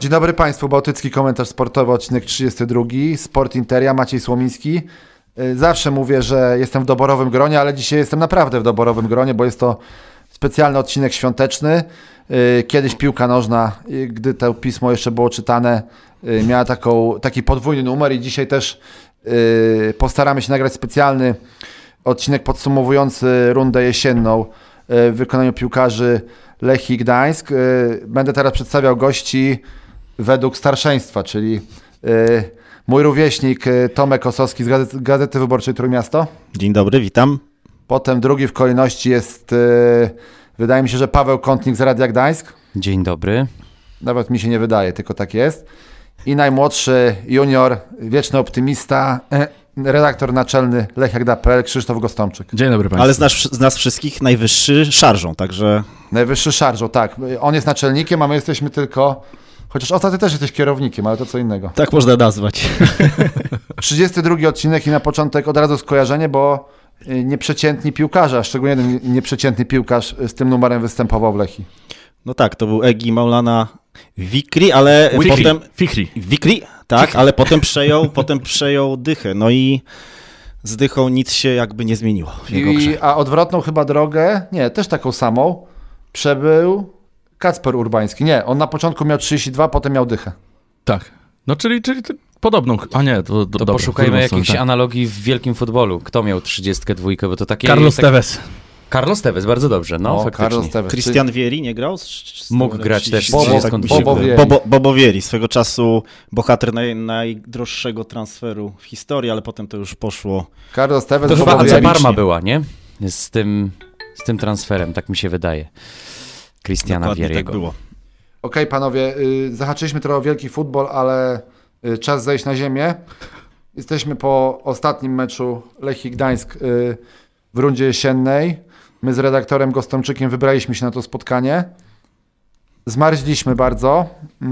Dzień dobry Państwu, Bałtycki Komentarz Sportowy, odcinek 32, Sport Interia, Maciej Słomiński. Zawsze mówię, że jestem w doborowym gronie, ale dzisiaj jestem naprawdę w doborowym gronie, bo jest to specjalny odcinek świąteczny. Kiedyś piłka nożna, gdy to pismo jeszcze było czytane, miała taki podwójny numer i dzisiaj też postaramy się nagrać specjalny odcinek podsumowujący rundę jesienną w wykonaniu piłkarzy Lechii Gdańsk. Będę teraz przedstawiał gości według starszeństwa, czyli mój rówieśnik Tomek Osowski z Gazety Wyborczej Trójmiasto. Dzień dobry, witam. Potem drugi w kolejności jest, wydaje mi się, że Paweł Kątnik z Radia Gdańsk. Dzień dobry. Nawet mi się nie wydaje, tylko tak jest. I najmłodszy junior, wieczny optymista, redaktor naczelny Lechia.pl Krzysztof Gostomczyk. Dzień dobry Państwu. Ale z nas wszystkich najwyższy szarżą, także... Najwyższy szarżą, tak. On jest naczelnikiem, a my jesteśmy tylko... Chociaż ostatnio też jesteś kierownikiem, ale to co innego. Tak można nazwać. 32 odcinek i na początek od razu skojarzenie, bo nieprzeciętni piłkarze, a szczególnie jeden nieprzeciętny piłkarz z tym numerem występował w Lechii. No tak, to był Egi Maulana Fikri, ale potem... Fikri, tak, ale potem przejął Dychę, no i z Dychą nic się jakby nie zmieniło w jego grze. A odwrotną chyba drogę, nie, też taką samą, przebył Kacper Urbański. Nie, on na początku miał 32, potem miał Dychę. Tak, no czyli podobną, a nie, to dobra, poszukajmy jakiejś analogii w wielkim futbolu. Kto miał 32, bo to takie... Carlos Tevez. Carlos Tevez, bardzo dobrze, no faktycznie. Christian Vieri nie grał? Mógł grać też. Bobo Vieri, swego czasu bohater najdroższego transferu w historii, ale potem to już poszło. Carlos Tevez. To chyba AC Parma była, nie? Z tym transferem, tak mi się wydaje. Christiana Vieriego. Tak było. Okej, panowie, zahaczyliśmy trochę o wielki futbol, ale czas zejść na ziemię. Jesteśmy po ostatnim meczu Lechii Gdańsk w rundzie jesiennej. My z redaktorem Gostomczykiem wybraliśmy się na to spotkanie. Zmarzliśmy bardzo.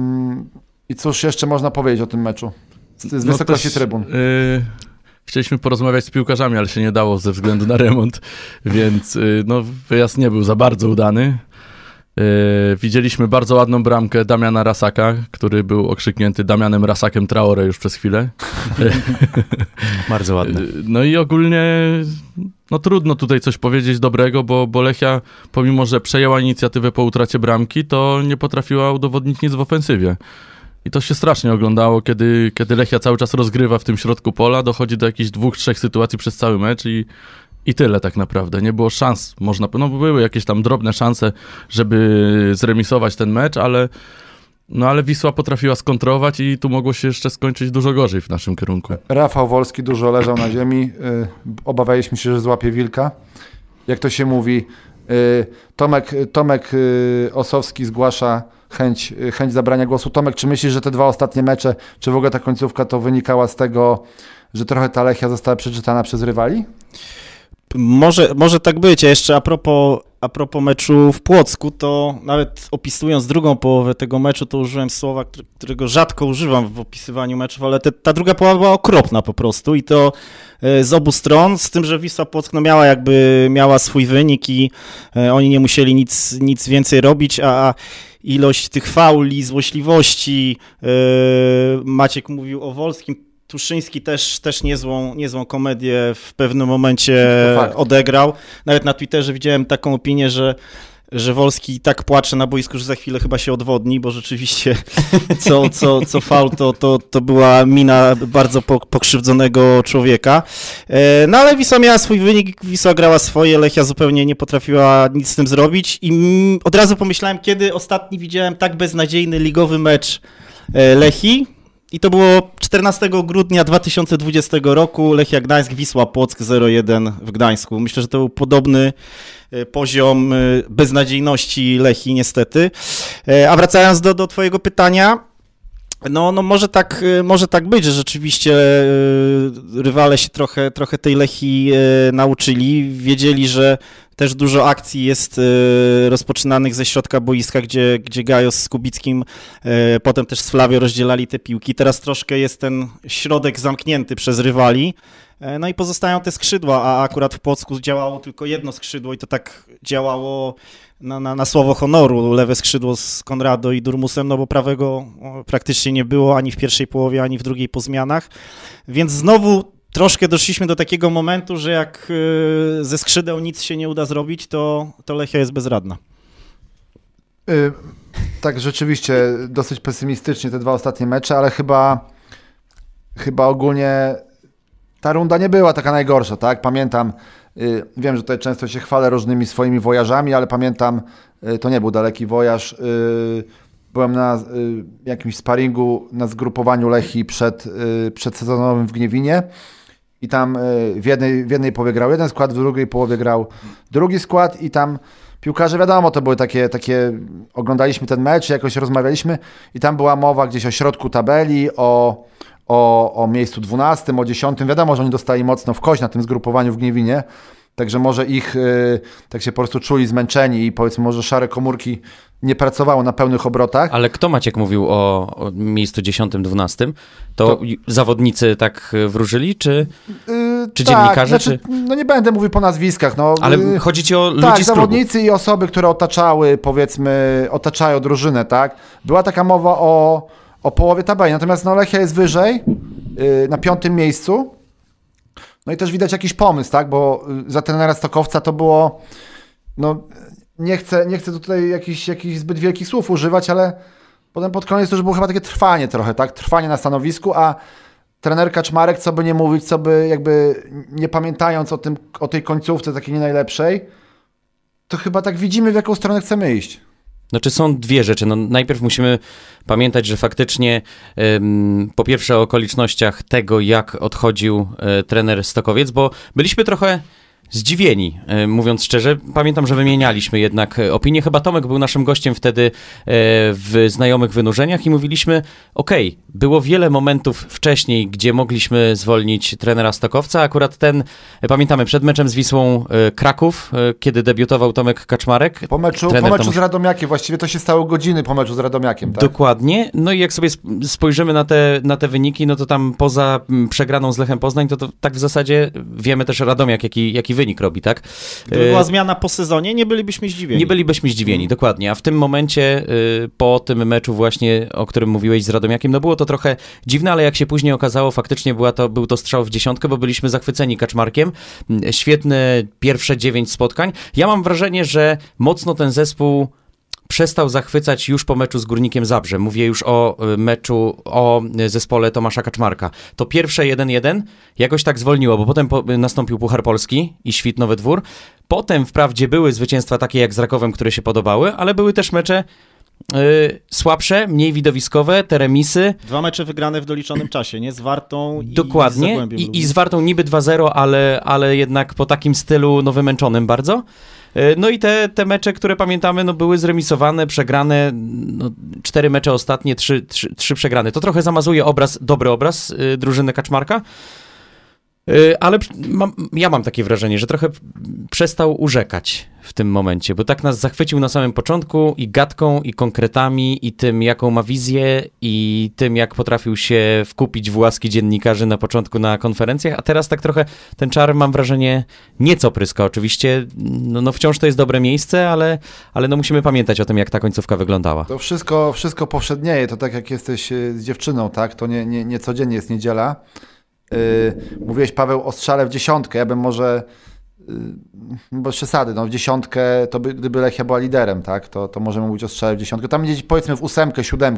I cóż jeszcze można powiedzieć o tym meczu? Z wysokości trybun. Chcieliśmy porozmawiać z piłkarzami, ale się nie dało ze względu na remont, więc wyjazd nie był za bardzo udany. Widzieliśmy bardzo ładną bramkę Damiana Rasaka, który był okrzyknięty Damianem Rasakiem Traore już przez chwilę. Bardzo ładne. No i ogólnie trudno tutaj coś powiedzieć dobrego, bo Lechia, pomimo że przejęła inicjatywę po utracie bramki, to nie potrafiła udowodnić nic w ofensywie. I to się strasznie oglądało, kiedy Lechia cały czas rozgrywa w tym środku pola, dochodzi do jakichś 2-3 sytuacji przez cały mecz i tyle tak naprawdę. Nie było szans, były jakieś tam drobne szanse, żeby zremisować ten mecz, ale Wisła potrafiła skontrować i tu mogło się jeszcze skończyć dużo gorzej w naszym kierunku. Rafał Wolski dużo leżał na ziemi, obawialiśmy się, że złapie wilka. Jak to się mówi, Tomek Osowski zgłasza chęć zabrania głosu. Tomek, czy myślisz, że te dwa ostatnie mecze, czy w ogóle ta końcówka to wynikała z tego, że trochę ta Lechia została przeczytana przez rywali? Może tak być. A jeszcze a propos meczu w Płocku, to nawet opisując drugą połowę tego meczu, to użyłem słowa, którego rzadko używam w opisywaniu meczów, ale ta druga połowa była okropna po prostu i to z obu stron, z tym, że Wisła Płock miała swój wynik i oni nie musieli nic więcej robić, a ilość tych fauli, złośliwości, Maciek mówił o Wolskim, Tuszyński też niezłą komedię w pewnym momencie odegrał. Nawet na Twitterze widziałem taką opinię, że Wolski tak płacze na boisku, że za chwilę chyba się odwodni, bo rzeczywiście co faul to była mina bardzo pokrzywdzonego człowieka. No ale Wisła miała swój wynik, Wisła grała swoje, Lechia zupełnie nie potrafiła nic z tym zrobić i od razu pomyślałem, kiedy ostatni widziałem tak beznadziejny ligowy mecz Lechii. I to było 14 grudnia 2020 roku, Lechia Gdańsk, Wisła Płock 0-1 w Gdańsku. Myślę, że to był podobny poziom beznadziejności Lechii niestety. A wracając do twojego pytania, no może tak być, że rzeczywiście rywale się trochę tej Lechii nauczyli, wiedzieli, że też dużo akcji jest rozpoczynanych ze środka boiska, gdzie Gajos z Kubickim, potem też z Flavio rozdzielali te piłki. Teraz troszkę jest ten środek zamknięty przez rywali. No i pozostają te skrzydła, a akurat w Płocku działało tylko jedno skrzydło i to tak działało na słowo honoru, lewe skrzydło z Konrado i Durmusem, no bo prawego praktycznie nie było ani w pierwszej połowie, ani w drugiej po zmianach, więc znowu troszkę doszliśmy do takiego momentu, że jak ze skrzydeł nic się nie uda zrobić, to Lechia jest bezradna. Tak, rzeczywiście dosyć pesymistycznie te 2 ostatnie mecze, ale chyba ogólnie ta runda nie była taka najgorsza, tak? Pamiętam, wiem, że tutaj często się chwalę różnymi swoimi wojażami, ale pamiętam, to nie był daleki wojaż. Byłem na jakimś sparingu na zgrupowaniu Lechii przedsezonowym w Gniewinie i tam w jednej połowie grał jeden skład, w drugiej połowie grał drugi skład i tam piłkarze, wiadomo, to były takie oglądaliśmy ten mecz, jakoś rozmawialiśmy i tam była mowa gdzieś o środku tabeli, o miejscu 12, o 10. Wiadomo, że oni dostali mocno w kość na tym zgrupowaniu w Gniewinie, także może ich tak się po prostu czuli zmęczeni i powiedzmy może szare komórki nie pracowało na pełnych obrotach. Ale kto, Maciek, mówił o miejscu 10-12? To zawodnicy tak wróżyli, czy Tak, dziennikarze? Znaczy, no nie będę mówił po nazwiskach. No, Ale chodzi ci o ludzi tak, z klubu. zawodnicy i osoby, które otaczają drużynę, tak? Była taka mowa o połowie tabeli, natomiast no, Lechia jest wyżej, na 5. miejscu. No i też widać jakiś pomysł, tak? Bo za trenera Stokowca to było, no nie chcę tutaj jakichś zbyt wielkich słów używać, ale potem pod koniec to już było chyba takie trwanie trochę, tak? Trwanie na stanowisku, a trener Kaczmarek, co by nie mówić, co by jakby nie pamiętając o tej końcówce takiej nie najlepszej, to chyba tak widzimy, w jaką stronę chcemy iść. Znaczy są dwie rzeczy. No, najpierw musimy pamiętać, że faktycznie po pierwsze o okolicznościach tego, jak odchodził trener Stokowiec, bo byliśmy trochę zdziwieni, mówiąc szczerze. Pamiętam, że wymienialiśmy jednak opinie. Chyba Tomek był naszym gościem wtedy w Znajomych Wynurzeniach i mówiliśmy, okej, było wiele momentów wcześniej, gdzie mogliśmy zwolnić trenera Stokowca. Akurat pamiętamy, przed meczem z Wisłą Kraków, kiedy debiutował Tomek Kaczmarek. Po meczu z Radomiakiem, właściwie to się stało godziny po meczu z Radomiakiem. Tak? Dokładnie. No i jak sobie spojrzymy na te wyniki, no to tam poza przegraną z Lechem Poznań, to tak w zasadzie wiemy też Radomiak, jaki wynik robi, tak? Gdyby była zmiana po sezonie, nie bylibyśmy zdziwieni. Nie bylibyśmy zdziwieni, dokładnie. A w tym momencie, po tym meczu właśnie, o którym mówiłeś z Radomiakiem, no było to trochę dziwne, ale jak się później okazało, faktycznie był to strzał w dziesiątkę, bo byliśmy zachwyceni Kaczmarkiem. Świetne pierwsze 9 spotkań. Ja mam wrażenie, że mocno ten zespół przestał zachwycać już po meczu z Górnikiem Zabrze. Mówię już o meczu, o zespole Tomasza Kaczmarka. To pierwsze 1-1 jakoś tak zwolniło, bo potem nastąpił Puchar Polski i Świt Nowy Dwór. Potem wprawdzie były zwycięstwa takie jak z Rakowem, które się podobały, ale były też mecze słabsze, mniej widowiskowe, te remisy. 2 mecze wygrane w doliczonym czasie, nie? Z Wartą i dokładnie. z Zagłębiem. I z Wartą niby 2-0, ale jednak po takim stylu wymęczonym bardzo. No i te mecze, które pamiętamy, no były zremisowane, przegrane, 4 mecze ostatnie, 3 przegrane. To trochę zamazuje dobry obraz drużyny Kaczmarka, ale ja mam takie wrażenie, że trochę przestał urzekać w tym momencie, bo tak nas zachwycił na samym początku i gadką, i konkretami, i tym, jaką ma wizję, i tym, jak potrafił się wkupić w łaski dziennikarzy na początku na konferencjach, a teraz tak trochę ten czar, mam wrażenie, nieco pryska. Oczywiście, no wciąż to jest dobre miejsce, ale no musimy pamiętać o tym, jak ta końcówka wyglądała. To wszystko powszednieje, to tak jak jesteś z dziewczyną, tak? To nie codziennie jest niedziela. Mówiłeś, Paweł, o strzale w dziesiątkę. Ja bym może, bez przesady, w dziesiątkę, to gdyby Lechia była liderem, tak, to możemy mówić o strzale w dziesiątkę. Tam gdzieś powiedzmy w 8, 7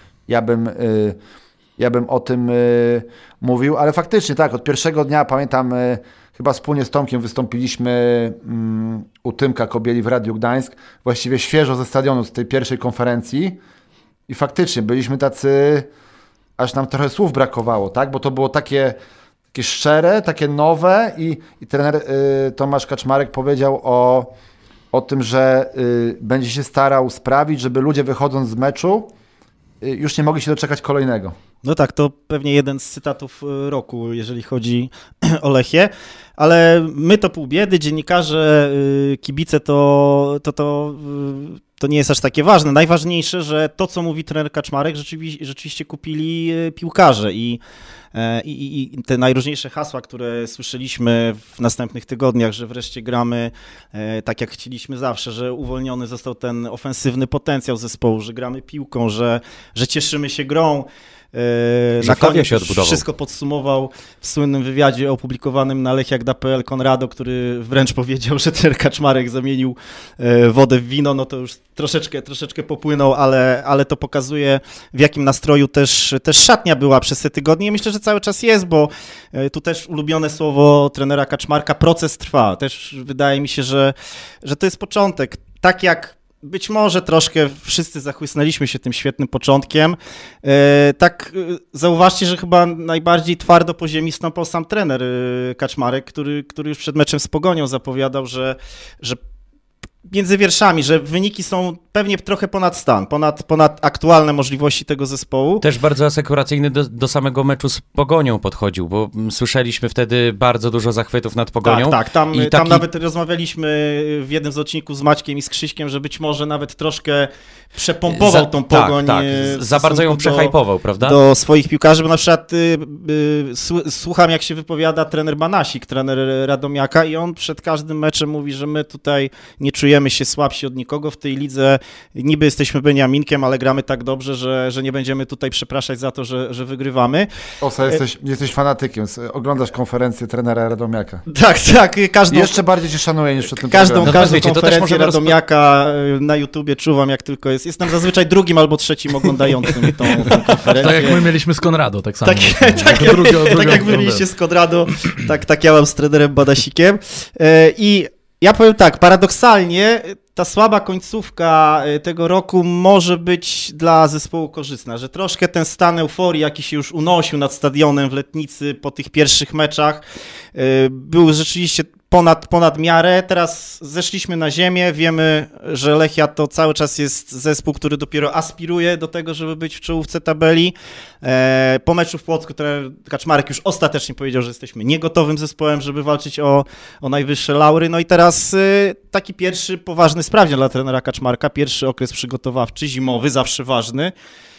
ja bym o tym mówił, ale faktycznie tak, od pierwszego dnia pamiętam, chyba wspólnie z Tomkiem wystąpiliśmy u Tymka Kobieli w Radiu Gdańsk, właściwie świeżo ze stadionu, z tej pierwszej konferencji i faktycznie byliśmy tacy, aż nam trochę słów brakowało, tak? Bo to było takie szczere, takie nowe i trener Tomasz Kaczmarek powiedział o tym, że będzie się starał sprawić, żeby ludzie wychodząc z meczu już nie mogli się doczekać kolejnego. No tak, to pewnie jeden z cytatów roku, jeżeli chodzi o Lechię, ale my to pół biedy, dziennikarze, kibice to to nie jest aż takie ważne. Najważniejsze, że to, co mówi trener Kaczmarek, rzeczywiście kupili piłkarze i te najróżniejsze hasła, które słyszeliśmy w następnych tygodniach, że wreszcie gramy tak, jak chcieliśmy zawsze, że uwolniony został ten ofensywny potencjał zespołu, że gramy piłką, że cieszymy się grą. Że Na koniec się odbudował. wszystko podsumował w słynnym wywiadzie opublikowanym na lechiak.pl Konrado, który wręcz powiedział, że trener Kaczmarek zamienił wodę w wino, no to już troszeczkę popłynął, ale to pokazuje, w jakim nastroju też szatnia była przez te tygodnie. Myślę, że cały czas jest, bo tu też ulubione słowo trenera Kaczmarka, proces trwa. Też wydaje mi się, że to jest początek. Tak jak być może troszkę wszyscy zachłysnęliśmy się tym świetnym początkiem. Tak zauważcie, że chyba najbardziej twardo po ziemi stąpał sam trener Kaczmarek, który już przed meczem z Pogonią zapowiadał, że między wierszami, że wyniki są pewnie trochę ponad stan, ponad aktualne możliwości tego zespołu. Też bardzo asekuracyjny do samego meczu z Pogonią podchodził, bo słyszeliśmy wtedy bardzo dużo zachwytów nad Pogonią. Tak. Tam nawet rozmawialiśmy w jednym z odcinków z Maćkiem i z Krzyśkiem, że być może nawet troszkę przepompował tą Pogoń. Tak. Za bardzo ją przehajpował, prawda? Do swoich piłkarzy, bo na przykład słucham, jak się wypowiada trener Banasik, trener Radomiaka, i on przed każdym meczem mówi, że my tutaj nie czujemy się słabsi od nikogo w tej lidze. Niby jesteśmy Beniaminkiem, ale gramy tak dobrze, że nie będziemy tutaj przepraszać za to, że wygrywamy. Osa, jesteś fanatykiem. Oglądasz konferencję trenera Radomiaka. Tak. Jeszcze bardziej cię szanuję niż przed tym Każdą programem. wiecie, to też konferencję możemy Radomiaka na YouTubie czuwam, jak tylko jest. Jestem zazwyczaj drugim albo trzecim oglądającym tą konferencję. Tak jak my mieliśmy z Konrado, tak samo. Tak jak wy mieliście z Konrado, tak ja mam z trenerem Badasikiem. I ja powiem tak, paradoksalnie ta słaba końcówka tego roku może być dla zespołu korzystna, że troszkę ten stan euforii, jaki się już unosił nad stadionem w Letnicy po tych pierwszych meczach, był rzeczywiście ponad miarę. Teraz zeszliśmy na ziemię, wiemy, że Lechia to cały czas jest zespół, który dopiero aspiruje do tego, żeby być w czołówce tabeli. Po meczu w Płocku trener Kaczmarek już ostatecznie powiedział, że jesteśmy niegotowym zespołem, żeby walczyć o najwyższe laury. No i teraz taki pierwszy poważny sprawdzian dla trenera Kaczmarka, pierwszy okres przygotowawczy, zimowy, zawsze ważny.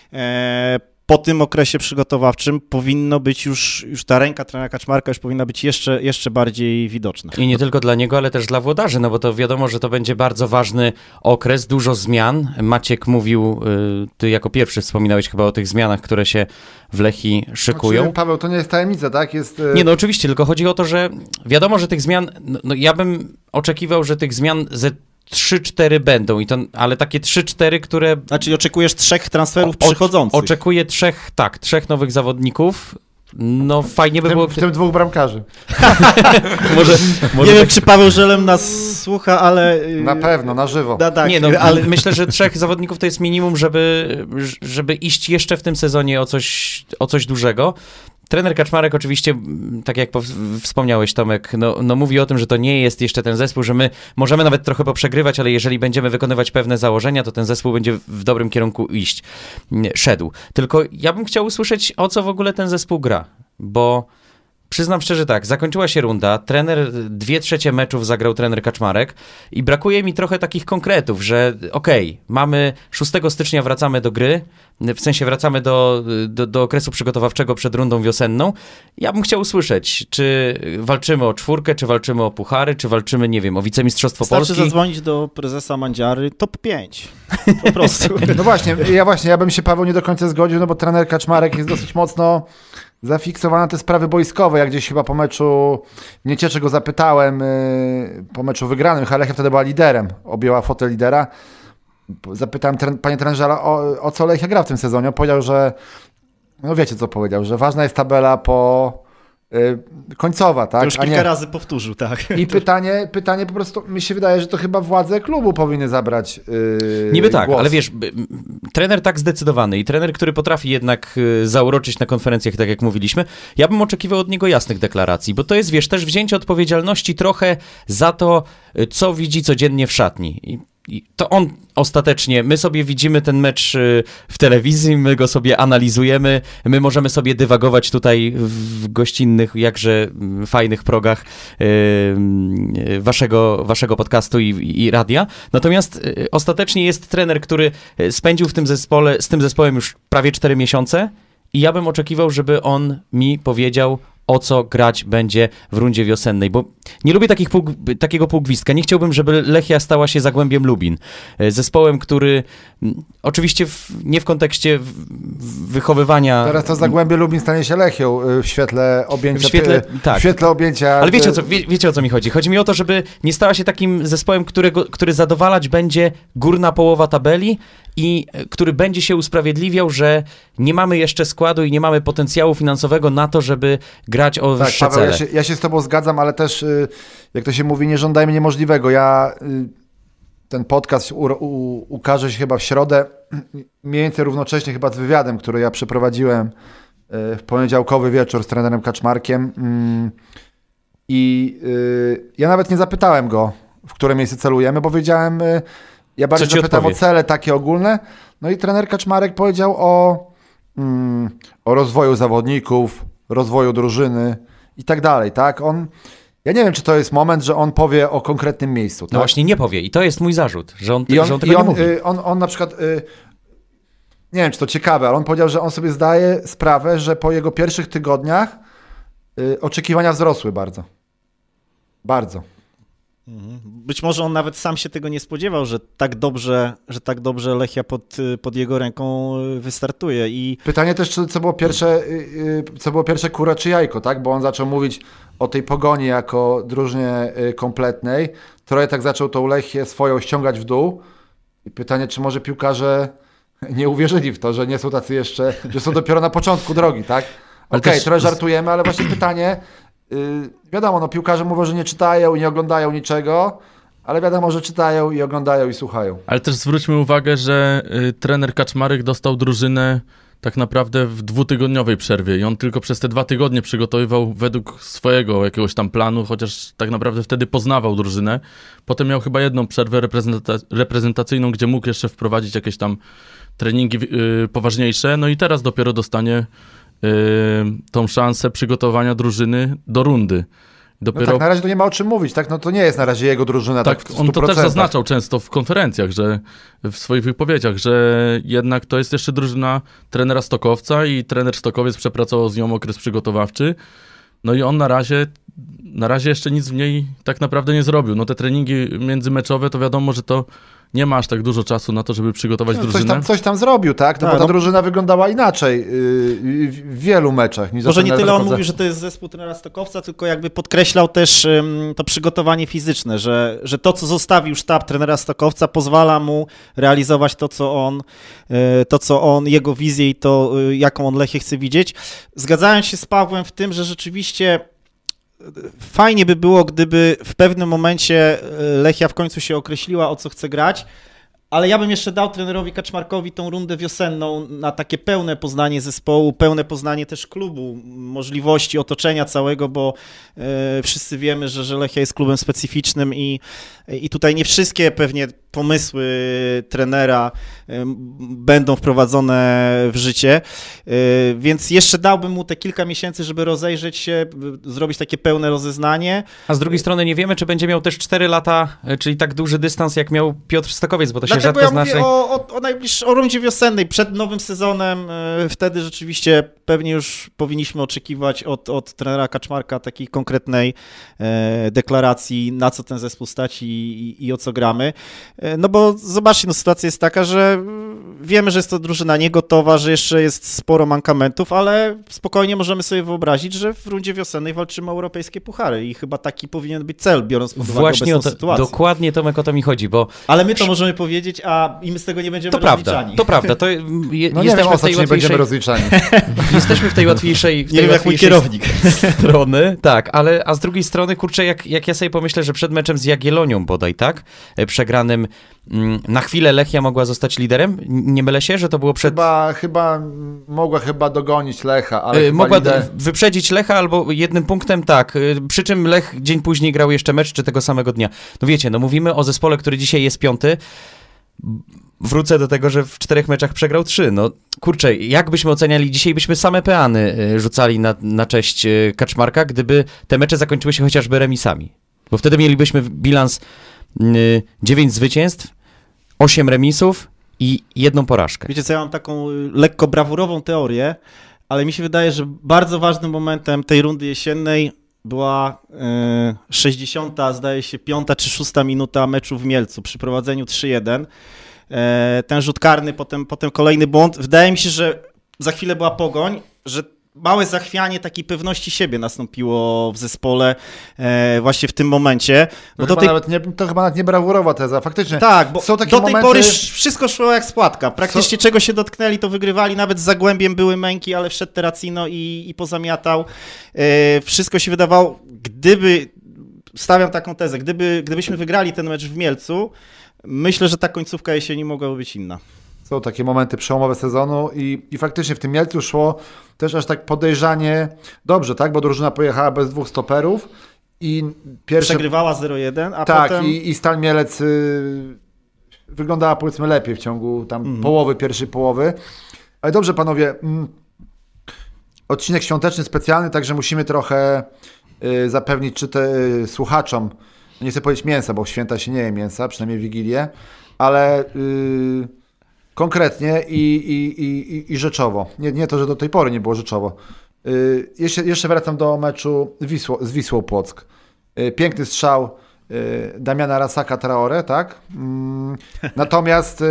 Po tym okresie przygotowawczym powinno być już ta ręka trenera Kaczmarka już powinna być jeszcze bardziej widoczna. I nie tylko dla niego, ale też dla włodarzy, no bo to wiadomo, że to będzie bardzo ważny okres, dużo zmian. Maciek mówił, ty jako pierwszy wspominałeś chyba o tych zmianach, które się w Lechii szykują. Znaczy, Paweł, to nie jest tajemnica, tak? Nie, no oczywiście, tylko chodzi o to, że wiadomo, że tych zmian, no ja bym oczekiwał, że tych zmian ze 3-4 będą, ale takie 3-4, które... Znaczy oczekujesz 3 transferów przychodzących. Oczekuję 3 nowych zawodników. No fajnie by było... W tym 2 bramkarzy. może nie wiem, czy Paweł Żelem nas słucha, ale... Na pewno, na żywo. Tak, nie, no, ale myślę, że 3 zawodników to jest minimum, żeby iść jeszcze w tym sezonie o coś dużego. Trener Kaczmarek oczywiście, tak jak wspomniałeś, Tomek, no mówi o tym, że to nie jest jeszcze ten zespół, że my możemy nawet trochę poprzegrywać, ale jeżeli będziemy wykonywać pewne założenia, to ten zespół będzie w dobrym kierunku szedł. Tylko ja bym chciał usłyszeć, o co w ogóle ten zespół gra, bo przyznam szczerze tak, zakończyła się runda, 2/3 meczów zagrał trener Kaczmarek i brakuje mi trochę takich konkretów, że mamy 6 stycznia wracamy do gry, w sensie wracamy do okresu przygotowawczego przed rundą wiosenną. Ja bym chciał usłyszeć, czy walczymy o 4, czy walczymy o puchary, czy walczymy, nie wiem, o wicemistrzostwo Polski. Wystarczy zadzwonić do prezesa Mandziary, top 5, po prostu. No ja bym się, Paweł, nie do końca zgodził, no bo trener Kaczmarek jest dosyć mocno zafiksowany na te sprawy boiskowe. Jak gdzieś chyba po meczu, nie cieszę go zapytałem, po meczu wygranym, Lechia wtedy była liderem, objęła fotel lidera. Zapytałem panie trenerze, o co Lechia gra w tym sezonie. On powiedział, że, no wiecie co powiedział, że ważna jest tabela końcowa, tak? To już kilka razy powtórzył, tak. I pytanie po prostu, mi się wydaje, że to chyba władze klubu powinny zabrać niby tak, głos. ale wiesz, trener tak zdecydowany i trener, który potrafi jednak zauroczyć na konferencjach, tak jak mówiliśmy, ja bym oczekiwał od niego jasnych deklaracji, bo to jest, wiesz, też wzięcie odpowiedzialności trochę za to, co widzi codziennie w szatni. to on ostatecznie, my sobie widzimy ten mecz w telewizji, my go sobie analizujemy, my możemy sobie dywagować tutaj w gościnnych, jakże fajnych progach waszego podcastu i radia. Natomiast ostatecznie jest trener, który spędził z tym zespołem już prawie 4 miesiące i ja bym oczekiwał, żeby on mi powiedział, o co grać będzie w rundzie wiosennej, bo nie lubię takiego półgwistka. Nie chciałbym, żeby Lechia stała się Zagłębiem Lubin. Zespołem, który oczywiście nie w kontekście wychowywania... Teraz to Zagłębie Lubin stanie się Lechią w świetle objęcia... Tak. W świetle objęcia... Ale wiecie o co mi chodzi? Chodzi mi o to, żeby nie stała się takim zespołem, który zadowalać będzie górna połowa tabeli i który będzie się usprawiedliwiał, że nie mamy jeszcze składu i nie mamy potencjału finansowego na to, żeby grać o wyższe Paweł, cele. ja się z tobą zgadzam, ale też, jak to się mówi, nie żądajmy niemożliwego. Ten podcast ukaże się chyba w środę, mniej więcej równocześnie chyba z wywiadem, który ja przeprowadziłem w poniedziałkowy wieczór z trenerem Kaczmarkiem. I ja nawet nie zapytałem go, w które miejsce celujemy, bo wiedziałem, ja bardziej zapytałem o cele takie ogólne. No i trener Kaczmarek powiedział o rozwoju zawodników, rozwoju drużyny i tak dalej, tak? Ja nie wiem, czy to jest moment, że on powie o konkretnym miejscu. Tak? No właśnie nie powie i to jest mój zarzut, że on tego nie mówi. On na przykład, nie wiem, czy to ciekawe, ale on powiedział, że on sobie zdaje sprawę, że po jego pierwszych tygodniach oczekiwania wzrosły bardzo. Bardzo. Być może on nawet sam się tego nie spodziewał, że tak dobrze Lechia pod jego ręką wystartuje. I pytanie też, co było pierwsze kura czy jajko, tak? Bo on zaczął mówić o tej Pogoni jako drużynie kompletnej. Trochę tak zaczął tą Lechię swoją ściągać w dół. I pytanie, czy może piłkarze nie uwierzyli w to, że nie są tacy jeszcze, że są dopiero na początku drogi, tak? Okej, trochę żartujemy, ale właśnie pytanie... wiadomo, piłkarze mówią, że nie czytają i nie oglądają niczego, ale wiadomo, że czytają i oglądają i słuchają. Ale też zwróćmy uwagę, że trener Kaczmarek dostał drużynę tak naprawdę w 2-tygodniowej przerwie i on tylko przez te 2 tygodnie przygotowywał według swojego jakiegoś tam planu, chociaż tak naprawdę wtedy poznawał drużynę. Potem miał chyba jedną przerwę reprezentacyjną, gdzie mógł jeszcze wprowadzić jakieś tam treningi poważniejsze, no i teraz dopiero dostanie tą szansę przygotowania drużyny do rundy. Dopiero... No tak, na razie to nie ma o czym mówić, tak? No to nie jest na razie jego drużyna. Tak, tak on to też zaznaczał często w konferencjach, że w swoich wypowiedziach, że jednak to jest jeszcze drużyna trenera Stokowca i trener Stokowiec przepracował z nią okres przygotowawczy. No i on na razie jeszcze nic w niej tak naprawdę nie zrobił. No te treningi międzymeczowe to wiadomo, że to nie ma aż tak dużo czasu na to, żeby przygotować drużynę. Coś tam zrobił, tak? Bo ta drużyna wyglądała inaczej w wielu meczach. Niż może nie tyle on mówi, że to jest zespół trenera Stokowca, tylko jakby podkreślał też to przygotowanie fizyczne, że to, co zostawił sztab trenera Stokowca, pozwala mu realizować to, co on, jego wizję i to, jaką on Lechię chce widzieć. Zgadzając się z Pawłem w tym, że rzeczywiście fajnie by było, gdyby w pewnym momencie Lechia w końcu się określiła, o co chce grać, ale ja bym jeszcze dał trenerowi Kaczmarkowi tą rundę wiosenną na takie pełne poznanie zespołu, pełne poznanie też klubu, możliwości otoczenia całego, bo wszyscy wiemy, że Lechia jest klubem specyficznym i tutaj nie wszystkie pewnie pomysły trenera będą wprowadzone w życie, więc jeszcze dałbym mu te kilka miesięcy, żeby rozejrzeć się, zrobić takie pełne rozeznanie. A z drugiej strony nie wiemy, czy będzie miał też 4 lata, czyli tak duży dystans, jak miał Piotr Stokowiec, bo to się rzadko zdarza. Mówię o rundzie wiosennej, przed nowym sezonem, wtedy rzeczywiście pewnie już powinniśmy oczekiwać od trenera Kaczmarka takiej konkretnej deklaracji, na co ten zespół stać i o co gramy. No bo zobaczcie, sytuacja jest taka, że wiemy, że jest to drużyna niegotowa, że jeszcze jest sporo mankamentów, ale spokojnie możemy sobie wyobrazić, że w rundzie wiosennej walczymy o europejskie puchary i chyba taki powinien być cel, biorąc pod uwagę obecną sytuację. Dokładnie, Tomek, o to mi chodzi, bo... Ale my to możemy powiedzieć powiedzieć, i my z tego nie będziemy To prawda, rozliczani. to prawda. No nie wiem, Jesteśmy w tej nie będziemy łatwiejszej... rozliczani. Jesteśmy w tej łatwiejszej... Nie wiem, jak mój kierownik. Strony, tak, a z drugiej strony, kurczę, jak ja sobie pomyślę, że przed meczem z Jagiellonią bodaj, tak, przegranym, na chwilę Lechia mogła zostać liderem, nie mylę się, że to było przed... Chyba mogła dogonić Lecha, ale mogła wyprzedzić Lecha albo jednym punktem, tak, przy czym Lech dzień później grał jeszcze mecz, czy tego samego dnia. No wiecie, no mówimy o zespole, który dzisiaj jest 5. Wrócę do tego, że w 4 meczach przegrał 3. No kurczę, jak byśmy oceniali, dzisiaj byśmy same peany rzucali na cześć Kaczmarka, gdyby te mecze zakończyły się chociażby remisami. Bo wtedy mielibyśmy bilans 9 zwycięstw, 8 remisów i 1 porażkę. Wiecie co, ja mam taką lekko brawurową teorię, ale mi się wydaje, że bardzo ważnym momentem tej rundy jesiennej była 60, zdaje się, 5 czy 6 minuta meczu w Mielcu przy prowadzeniu 3-1. Ten rzut karny, potem kolejny błąd. Wydaje mi się, że za chwilę była pogoń, że małe zachwianie takiej pewności siebie nastąpiło w zespole właśnie w tym momencie. Bo to chyba nawet nie brawurowa teza, faktycznie. Tak, bo są takie do tej momenty... pory wszystko szło jak z płatka. Praktycznie czego się dotknęli, to wygrywali. Nawet z Zagłębiem były męki, ale wszedł Terracino i pozamiatał. Wszystko się wydawało, stawiam taką tezę, gdybyśmy wygrali ten mecz w Mielcu, myślę, że ta końcówka jesieni mogłaby być inna. Są takie momenty przełomowe sezonu i faktycznie w tym Mielcu szło też aż tak podejrzanie dobrze, tak? Bo drużyna pojechała bez 2 stoperów i przegrywała 0-1, a tak, potem... i Stal Mielec wyglądała powiedzmy lepiej w ciągu tam pierwszej połowy. Ale dobrze, panowie, odcinek świąteczny specjalny, także musimy trochę zapewnić słuchaczom, nie chcę powiedzieć mięsa, bo w święta się nie je mięsa, przynajmniej w Wigilię, ale konkretnie i rzeczowo. Nie to, że do tej pory nie było rzeczowo. Jeszcze wracam do meczu z Wisłą Płock. Piękny strzał Damiana Rasaka Traore, tak? Natomiast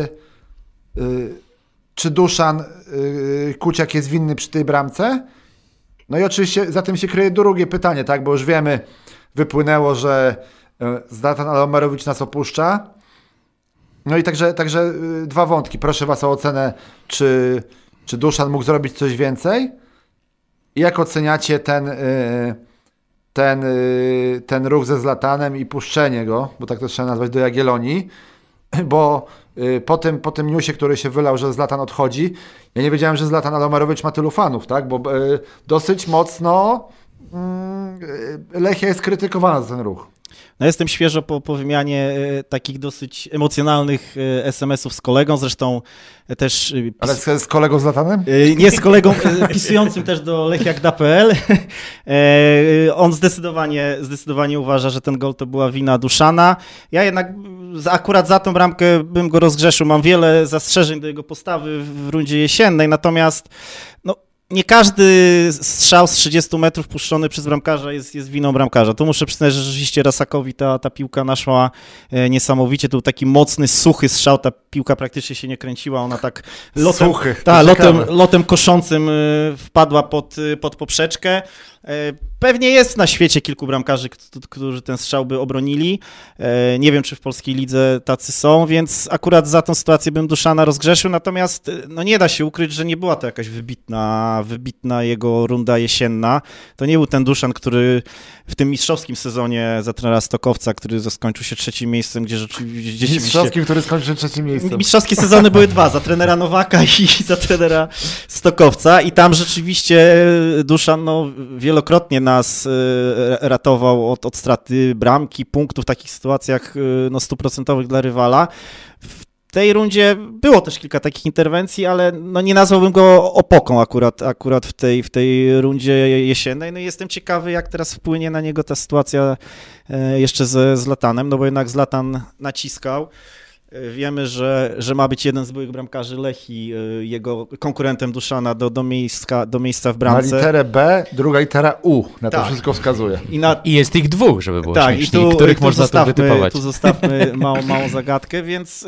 czy Duszan Kuciak jest winny przy tej bramce? No i oczywiście za tym się kryje drugie pytanie, tak? Bo już wiemy, wypłynęło, że Zlatan Alomerowicz nas opuszcza. No i także 2 wątki. Proszę was o ocenę, czy Duszan mógł zrobić coś więcej? I jak oceniacie ten ruch ze Zlatanem i puszczenie go, bo tak to trzeba nazwać, do Jagiellonii, bo po tym newsie, który się wylał, że Zlatan odchodzi, ja nie wiedziałem, że Zlatan Alomerowicz ma tylu fanów, tak? Bo dosyć mocno Lechia jest krytykowana za ten ruch. No jestem świeżo po wymianie takich dosyć emocjonalnych SMS-ów z kolegą, zresztą też... Ale z kolegą Zlatanem? Nie, z kolegą pisującym też do lechiagda.pl. On zdecydowanie uważa, że ten gol to była wina Duszana. Ja jednak akurat za tą bramkę bym go rozgrzeszył. Mam wiele zastrzeżeń do jego postawy w rundzie jesiennej, natomiast nie każdy strzał z 30 metrów puszczony przez bramkarza jest winą bramkarza. Tu muszę przyznać, że rzeczywiście Rasakowi ta piłka naszła niesamowicie. To był taki mocny, suchy strzał. Ta piłka praktycznie się nie kręciła. Ona tak lotem koszącym wpadła pod poprzeczkę. Pewnie jest na świecie kilku bramkarzy, którzy ten strzał by obronili. Nie wiem, czy w polskiej lidze tacy są, więc akurat za tą sytuację bym Duszana rozgrzeszył, natomiast nie da się ukryć, że nie była to jakaś wybitna jego runda jesienna. To nie był ten Duszan, który w tym mistrzowskim sezonie za trenera Stokowca, który skończył się 3. miejscem, gdzie rzeczywiście... Mistrzowskim, który skończył się 3. miejscem. Mistrzowskie sezony były 2, za trenera Nowaka i za trenera Stokowca i tam rzeczywiście Duszan wielokrotnie nas ratował od straty bramki, punktów w takich sytuacjach 100% dla rywala. W tej rundzie było też kilka takich interwencji, ale nie nazwałbym go opoką akurat w tej rundzie jesiennej. No i jestem ciekawy, jak teraz wpłynie na niego ta sytuacja jeszcze ze Zlatanem, bo jednak Zlatan naciskał. Wiemy, że ma być jeden z byłych bramkarzy Lechii, jego konkurentem Duszana do miejsca w bramce. Ma literę B, druga litera U, na to wszystko wskazuje. I jest ich 2, żeby było tak, śmieszniej, których można tu wytypować. Tu zostawmy małą zagadkę, więc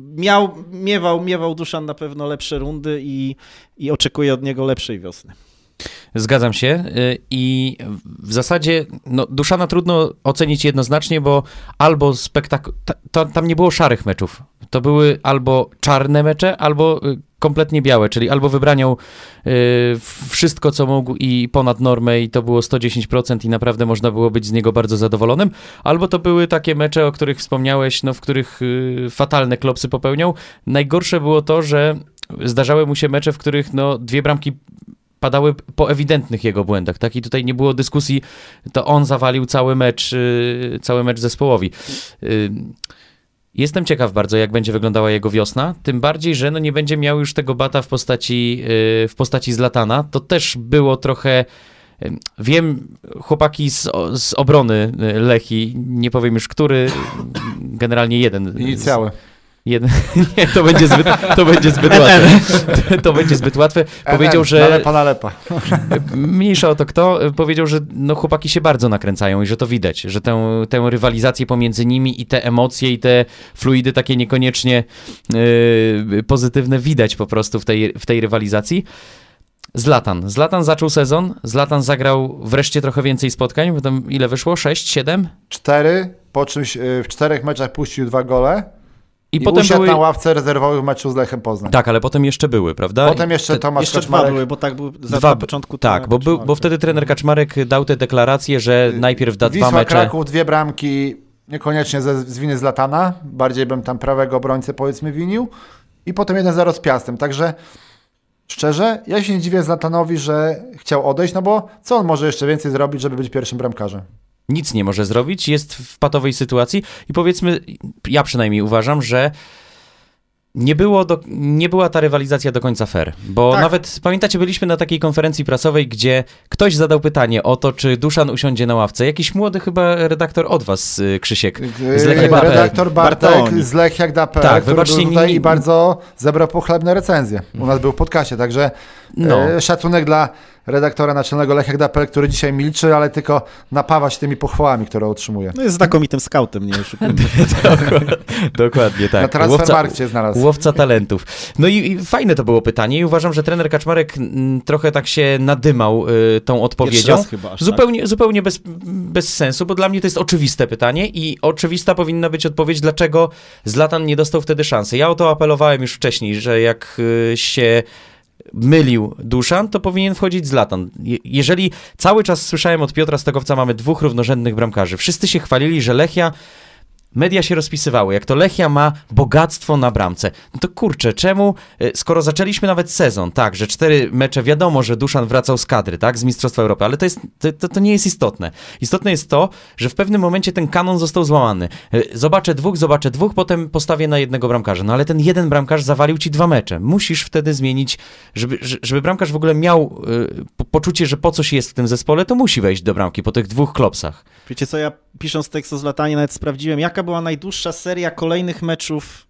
miewał Duszan na pewno lepsze rundy i oczekuję od niego lepszej wiosny. Zgadzam się i w zasadzie Duszana trudno ocenić jednoznacznie, bo albo tam nie było szarych meczów. To były albo czarne mecze, albo kompletnie białe, czyli albo wybraniał wszystko, co mógł i ponad normę i to było 110% i naprawdę można było być z niego bardzo zadowolonym, albo to były takie mecze, o których wspomniałeś, w których fatalne klopsy popełniał. Najgorsze było to, że zdarzały mu się mecze, w których 2 bramki padały po ewidentnych jego błędach, tak? I tutaj nie było dyskusji, to on zawalił cały mecz zespołowi. Jestem ciekaw bardzo, jak będzie wyglądała jego wiosna, tym bardziej, że nie będzie miał już tego bata w postaci Zlatana. To też było trochę... Wiem, chłopaki z obrony Lechii, nie powiem już który, generalnie jeden. Inicjały. Nie, to będzie zbyt łatwe. To będzie zbyt łatwe. Powiedział, że... Nalepa. Mniejsza o to kto, powiedział, że chłopaki się bardzo nakręcają i że to widać, że tę rywalizację pomiędzy nimi i te emocje i te fluidy takie niekoniecznie pozytywne widać po prostu w tej rywalizacji. Zlatan zaczął sezon, Zlatan zagrał wreszcie trochę więcej spotkań, bo tam ile wyszło? 6, 7? 4, po czymś w 4 meczach puścił 2 gole. I potem usiadł na ławce rezerwowych meczu z Lechem Poznań. Tak, ale potem jeszcze były, prawda? Potem jeszcze Tomasz Kaczmarek. 2 były, bo tak był na początku. Tak, bo wtedy trener Kaczmarek dał tę deklarację, że najpierw da 2 mecze. Kraków 2 bramki, niekoniecznie z winy Zlatana, bardziej bym tam prawego obrońcę powiedzmy winił. I potem 1-0 z Piastem, także szczerze, ja się nie dziwię Zlatanowi, że chciał odejść, bo co on może jeszcze więcej zrobić, żeby być pierwszym bramkarzem? Nic nie może zrobić, jest w patowej sytuacji i powiedzmy, ja przynajmniej uważam, że nie była ta rywalizacja do końca fair, bo nawet, pamiętacie, byliśmy na takiej konferencji prasowej, gdzie ktoś zadał pytanie o to, czy Duszan usiądzie na ławce. Jakiś młody chyba redaktor od was, Krzysiek, z Lechia. Redaktor Bartek z Lechia.pl, tak, który był tutaj i bardzo zebrał pochlebne recenzje. U nas był w podcastie, także szacunek dla redaktora naczelnego Lechia.pl, który dzisiaj milczy, ale tylko napawa się tymi pochwałami, które otrzymuje. Jest znakomitym skautem, nie oszukujmy. Dokładnie tak. Na Transfermarkcie znalazł. Łowca talentów. No i fajne to było pytanie i uważam, że trener Kaczmarek trochę tak się nadymał tą odpowiedzią. Chyba zupełnie bez sensu, bo dla mnie to jest oczywiste pytanie i oczywista powinna być odpowiedź, dlaczego Zlatan nie dostał wtedy szansy. Ja o to apelowałem już wcześniej, że jak się mylił Duszan, to powinien wchodzić Zlatan. Jeżeli cały czas słyszałem od Piotra Stokowca, mamy 2 równorzędnych bramkarzy. Wszyscy się chwalili, że Lechia, media się rozpisywały, jak to Lechia ma bogactwo na bramce. No to kurczę, czemu, skoro zaczęliśmy nawet sezon, tak, że 4 mecze, wiadomo, że Duszan wracał z kadry, tak, z Mistrzostwa Europy, ale to nie jest istotne. Istotne jest to, że w pewnym momencie ten kanon został złamany. Zobaczę dwóch, potem postawię na jednego bramkarza. No ale ten jeden bramkarz zawalił ci 2 mecze. Musisz wtedy zmienić, żeby bramkarz w ogóle miał poczucie, że po coś jest w tym zespole, to musi wejść do bramki po tych 2 klopsach. Wiecie co, ja pisząc tekst o Zlatanie nawet sprawdziłem, jaka była najdłuższa seria kolejnych meczów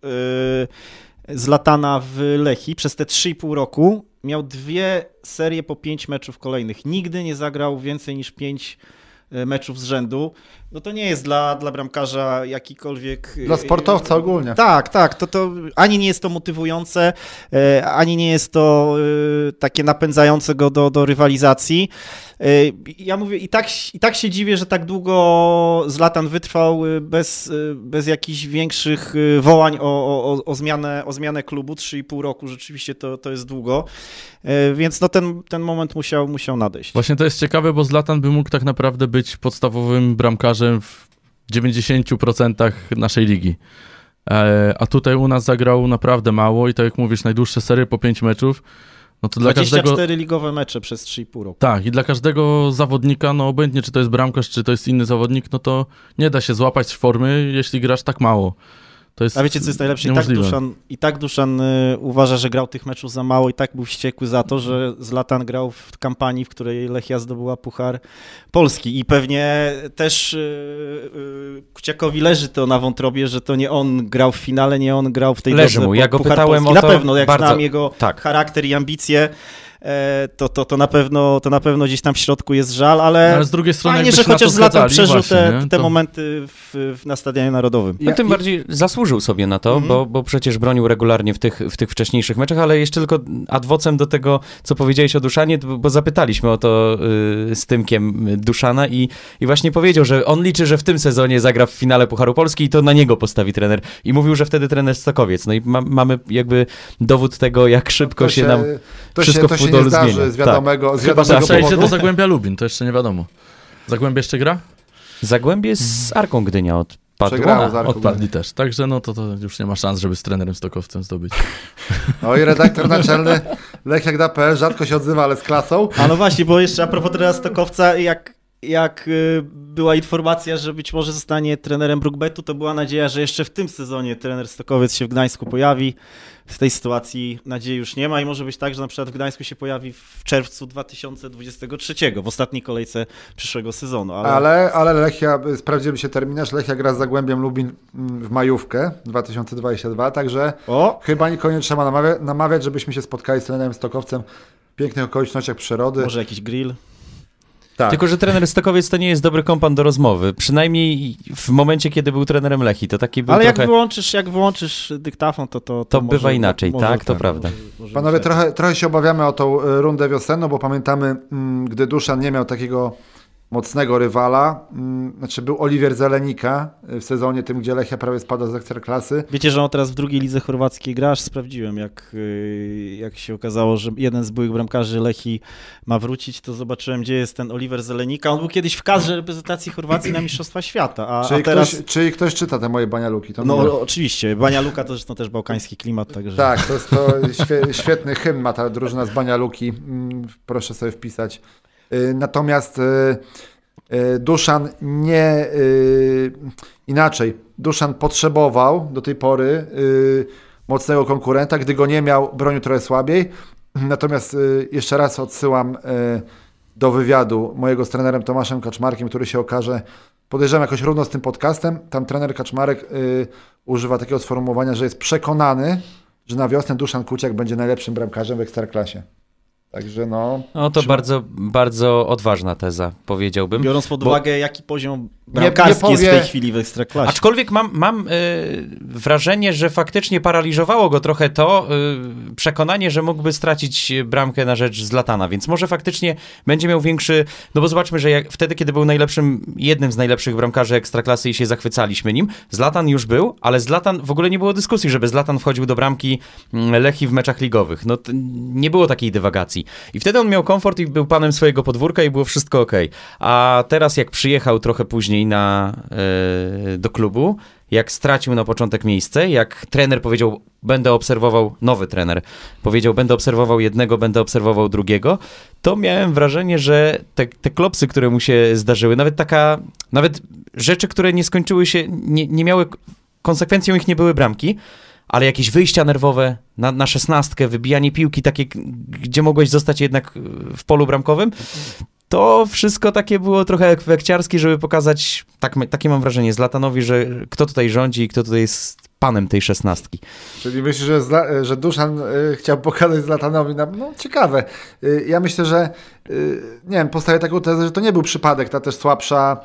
Zlatana w Lechii przez te 3,5 roku. Miał 2 serie po 5 meczów kolejnych. Nigdy nie zagrał więcej niż 5 meczów z rzędu. No to nie jest dla bramkarza jakikolwiek... Dla sportowca ogólnie. Tak, to ani nie jest to motywujące, ani nie jest to takie napędzające go do rywalizacji. Ja mówię, i tak się dziwię, że tak długo Zlatan wytrwał bez jakichś większych wołań o zmianę klubu. 3,5 roku rzeczywiście to jest długo, więc no ten moment musiał nadejść. Właśnie to jest ciekawe, bo Zlatan by mógł tak naprawdę być podstawowym bramkarzem w 90% naszej ligi. A tutaj u nas zagrał naprawdę mało i tak jak mówisz, najdłuższe serie po 5 meczów. No to 24 ligowe mecze przez 3,5 roku. Tak, i dla każdego zawodnika, no obojętnie czy to jest bramkarz, czy to jest inny zawodnik, no to nie da się złapać formy, jeśli grasz tak mało. To jest a wiecie, co jest najlepsze? I tak Duszan uważa, że grał tych meczów za mało i tak był wściekły za to, że Zlatan grał w kampanii, w której Lechia zdobyła Puchar Polski i pewnie też Kuciakowi leży to na wątrobie, że to nie on grał w finale, nie on grał w tej leży mu, ja go Puchar pytałem Polski. o to na pewno, jak bardzo, znam jego charakter i ambicje, to na pewno gdzieś tam w środku jest żal, ale z drugiej strony fajnie, jakby że się na to chociaż Zlatan zgadzali, przeżył właśnie, te to- momenty na Stadionie Narodowym. No, tym bardziej zasłużył sobie na to, bo przecież bronił regularnie w tych wcześniejszych meczach, ale jeszcze tylko ad vocem do tego, co powiedziałeś o Duszanie, bo zapytaliśmy o to z Tymkiem Duszana i właśnie powiedział, że on liczy, że w tym sezonie zagra w finale Pucharu Polski i to na niego postawi trener. I mówił, że wtedy trener Stokowiec. No i mamy jakby dowód tego, jak szybko się nam wszystko w to się nie futbolu zdarzy zmienia. z wiadomego, z Chyba, że wiadomego przejdzie powodu. do Zagłębia Lubin, to jeszcze nie wiadomo. Zagłębie jeszcze gra? Zagłębie z Arką Gdynia odpadło. Przegrało z Arką Odpadli też. Także no to już nie ma szans, żeby z trenerem Stokowcem zdobyć. Oj, redaktor naczelny Lech.pl rzadko się odzywa, ale z klasą. A no właśnie, bo jeszcze a propos trenera Stokowca, jak była informacja, że być może zostanie trenerem Brookbetu, to była nadzieja, że jeszcze w tym sezonie trener Stokowiec się w Gdańsku pojawi. W tej sytuacji nadziei już nie ma i może być tak, że na przykład w Gdańsku się pojawi w czerwcu 2023, w ostatniej kolejce przyszłego sezonu. Ale Lechia, sprawdziłem się terminarz, Lechia gra z Zagłębiem Lubin w majówkę 2022, także chyba nikogo nie trzeba namawiać, żebyśmy się spotkali z trenerem Stokowcem w pięknych okolicznościach przyrody. Może jakiś grill. Tak. Tylko, że trener Stokowiec to nie jest dobry kompan do rozmowy. Przynajmniej w momencie, kiedy był trenerem Lechii, to taki był Ale trochę... jak wyłączysz dyktafon, to To może, bywa inaczej, może, tak, to prawda. może Panowie, być tak. trochę się obawiamy o tą rundę wiosenną, bo pamiętamy, gdy Duszan nie miał takiego mocnego rywala, znaczy był Oliwier Zelenika w sezonie tym, gdzie Lechia prawie spada z Ekstraklasy. Wiecie, że on teraz w drugiej lidze chorwackiej gra? Aż sprawdziłem, jak się okazało, że jeden z byłych bramkarzy Lechii ma wrócić, to zobaczyłem, gdzie jest ten Oliver Zelenika. On był kiedyś w kadrze reprezentacji Chorwacji na Mistrzostwa Świata, a teraz... Czyli ktoś czyta te moje banialuki? To No mnie- oczywiście, Banja Luka to zresztą też bałkański klimat, także... Tak, to jest świetny hymn ma ta drużyna z Banialuki. Proszę sobie wpisać. Natomiast Duszan inaczej. Duszan potrzebował do tej pory mocnego konkurenta. Gdy go nie miał, bronił trochę słabiej. Natomiast jeszcze raz odsyłam do wywiadu mojego z trenerem Tomaszem Kaczmarkiem, który się okaże, podejrzewam, jakoś równo z tym podcastem. Tam trener Kaczmarek używa takiego sformułowania, że jest przekonany, że na wiosnę Duszan Kuciak będzie najlepszym bramkarzem w Ekstraklasie. Także no... No to bardzo, bardzo odważna teza, powiedziałbym. Biorąc pod Bo- uwagę, jaki poziom bramkarski jest w tej chwili w Ekstraklasie. Aczkolwiek mam wrażenie, że faktycznie paraliżowało go trochę to przekonanie, że mógłby stracić bramkę na rzecz Zlatana, więc może faktycznie będzie miał większy, no bo zobaczmy, że wtedy, kiedy był jednym z najlepszych bramkarzy Ekstraklasy i się zachwycaliśmy nim, Zlatan już był, ale Zlatan, w ogóle nie było dyskusji, żeby Zlatan wchodził do bramki Lechii w meczach ligowych. No nie było takiej dywagacji. I wtedy on miał komfort i był panem swojego podwórka i było wszystko okej. A teraz jak przyjechał trochę później do klubu, jak stracił na początek miejsce, jak trener powiedział, nowy trener powiedział, będę obserwował jednego, będę obserwował drugiego, to miałem wrażenie, że te klopsy, które mu się zdarzyły, nawet rzeczy, które nie skończyły się, nie miały, konsekwencją ich nie były bramki, ale jakieś wyjścia nerwowe na 16, wybijanie piłki takie, gdzie mogłeś zostać jednak w polu bramkowym, to wszystko takie było trochę ekciarskie, żeby pokazać, takie mam wrażenie, Zlatanowi, że kto tutaj rządzi i kto tutaj jest panem tej 16. Czyli myślisz, że Duszan chciał pokazać Zlatanowi, no ciekawe. Ja myślę, że nie wiem, postawię taką tezę, że to nie był przypadek, ta też słabsza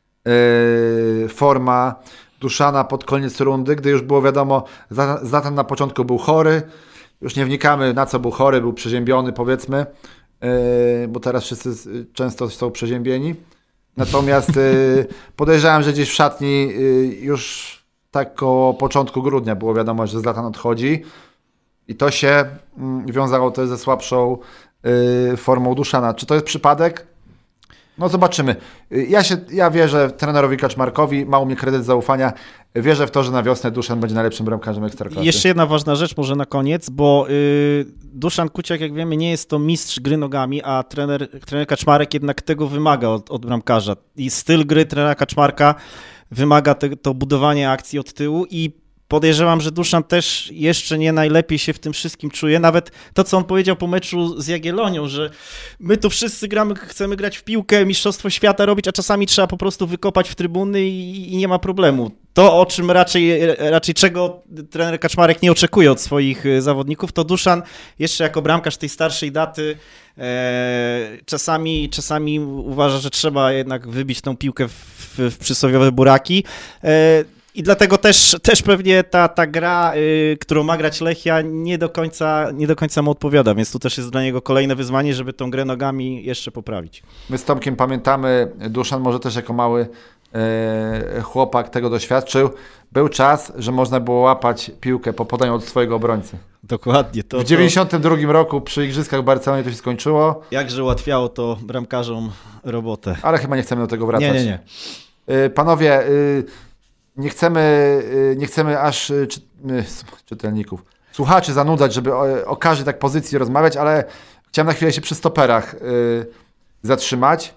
forma Duszana pod koniec rundy, gdy już było wiadomo, Zlatan na początku był chory, już nie wnikamy na co był chory, był przeziębiony powiedzmy, bo teraz wszyscy często są przeziębieni. Natomiast podejrzewam, że gdzieś w szatni już tak koło początku grudnia było wiadomo, że Zlatan odchodzi i to się wiązało też ze słabszą formą Duszana. Czy to jest przypadek? No zobaczymy. Ja wierzę trenerowi Kaczmarkowi, ma u mnie kredyt zaufania. Wierzę w to, że na wiosnę Duszan będzie najlepszym bramkarzem Ekstraklasy. Jeszcze jedna ważna rzecz może na koniec, bo Duszan Kuciak, jak wiemy, nie jest to mistrz gry nogami, a trener Kaczmarek jednak tego wymaga od bramkarza. I styl gry trenera Kaczmarka wymaga to budowanie akcji od tyłu i podejrzewam, że Duszan też jeszcze nie najlepiej się w tym wszystkim czuje. Nawet to, co on powiedział po meczu z Jagiellonią, że my tu wszyscy gramy, chcemy grać w piłkę, mistrzostwo świata robić, a czasami trzeba po prostu wykopać w trybuny i nie ma problemu. To, o czym raczej czego trener Kaczmarek nie oczekuje od swoich zawodników, to Duszan jeszcze jako bramkarz tej starszej daty czasami uważa, że trzeba jednak wybić tą piłkę w przysłowiowe buraki. I dlatego też pewnie ta gra, którą ma grać Lechia, nie do końca mu odpowiada, więc tu też jest dla niego kolejne wyzwanie, żeby tą grę nogami jeszcze poprawić. My z Tomkiem pamiętamy, Duszan może też jako mały chłopak tego doświadczył. Był czas, że można było łapać piłkę po podaniu od swojego obrońcy. Dokładnie. W 92 roku przy Igrzyskach w Barcelonie to się skończyło. Jakże ułatwiało to bramkarzom robotę. Ale chyba nie chcemy do tego wracać. Nie. Panowie, nie chcemy aż czytelników, słuchaczy zanudzać, żeby o każdej tak pozycji rozmawiać, ale chciałem na chwilę się przy stoperach zatrzymać.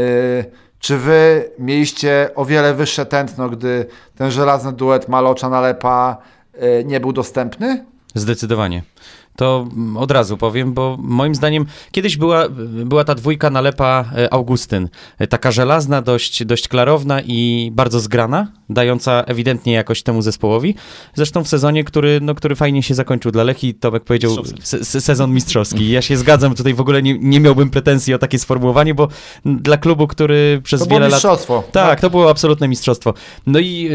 Czy wy mieliście o wiele wyższe tętno, gdy ten żelazny duet Malocza-Nalepa nie był dostępny? Zdecydowanie. To od razu powiem, bo moim zdaniem kiedyś była ta dwójka Nalepa-Augustyn. Taka żelazna, dość klarowna i bardzo zgrana, dająca ewidentnie jakość temu zespołowi. Zresztą w sezonie, który fajnie się zakończył dla Lechii, Tomek powiedział sezon mistrzowski. Ja się zgadzam, tutaj w ogóle nie miałbym pretensji o takie sformułowanie, bo dla klubu, który przez wiele lat... To było mistrzostwo. Tak, to było absolutne mistrzostwo. No i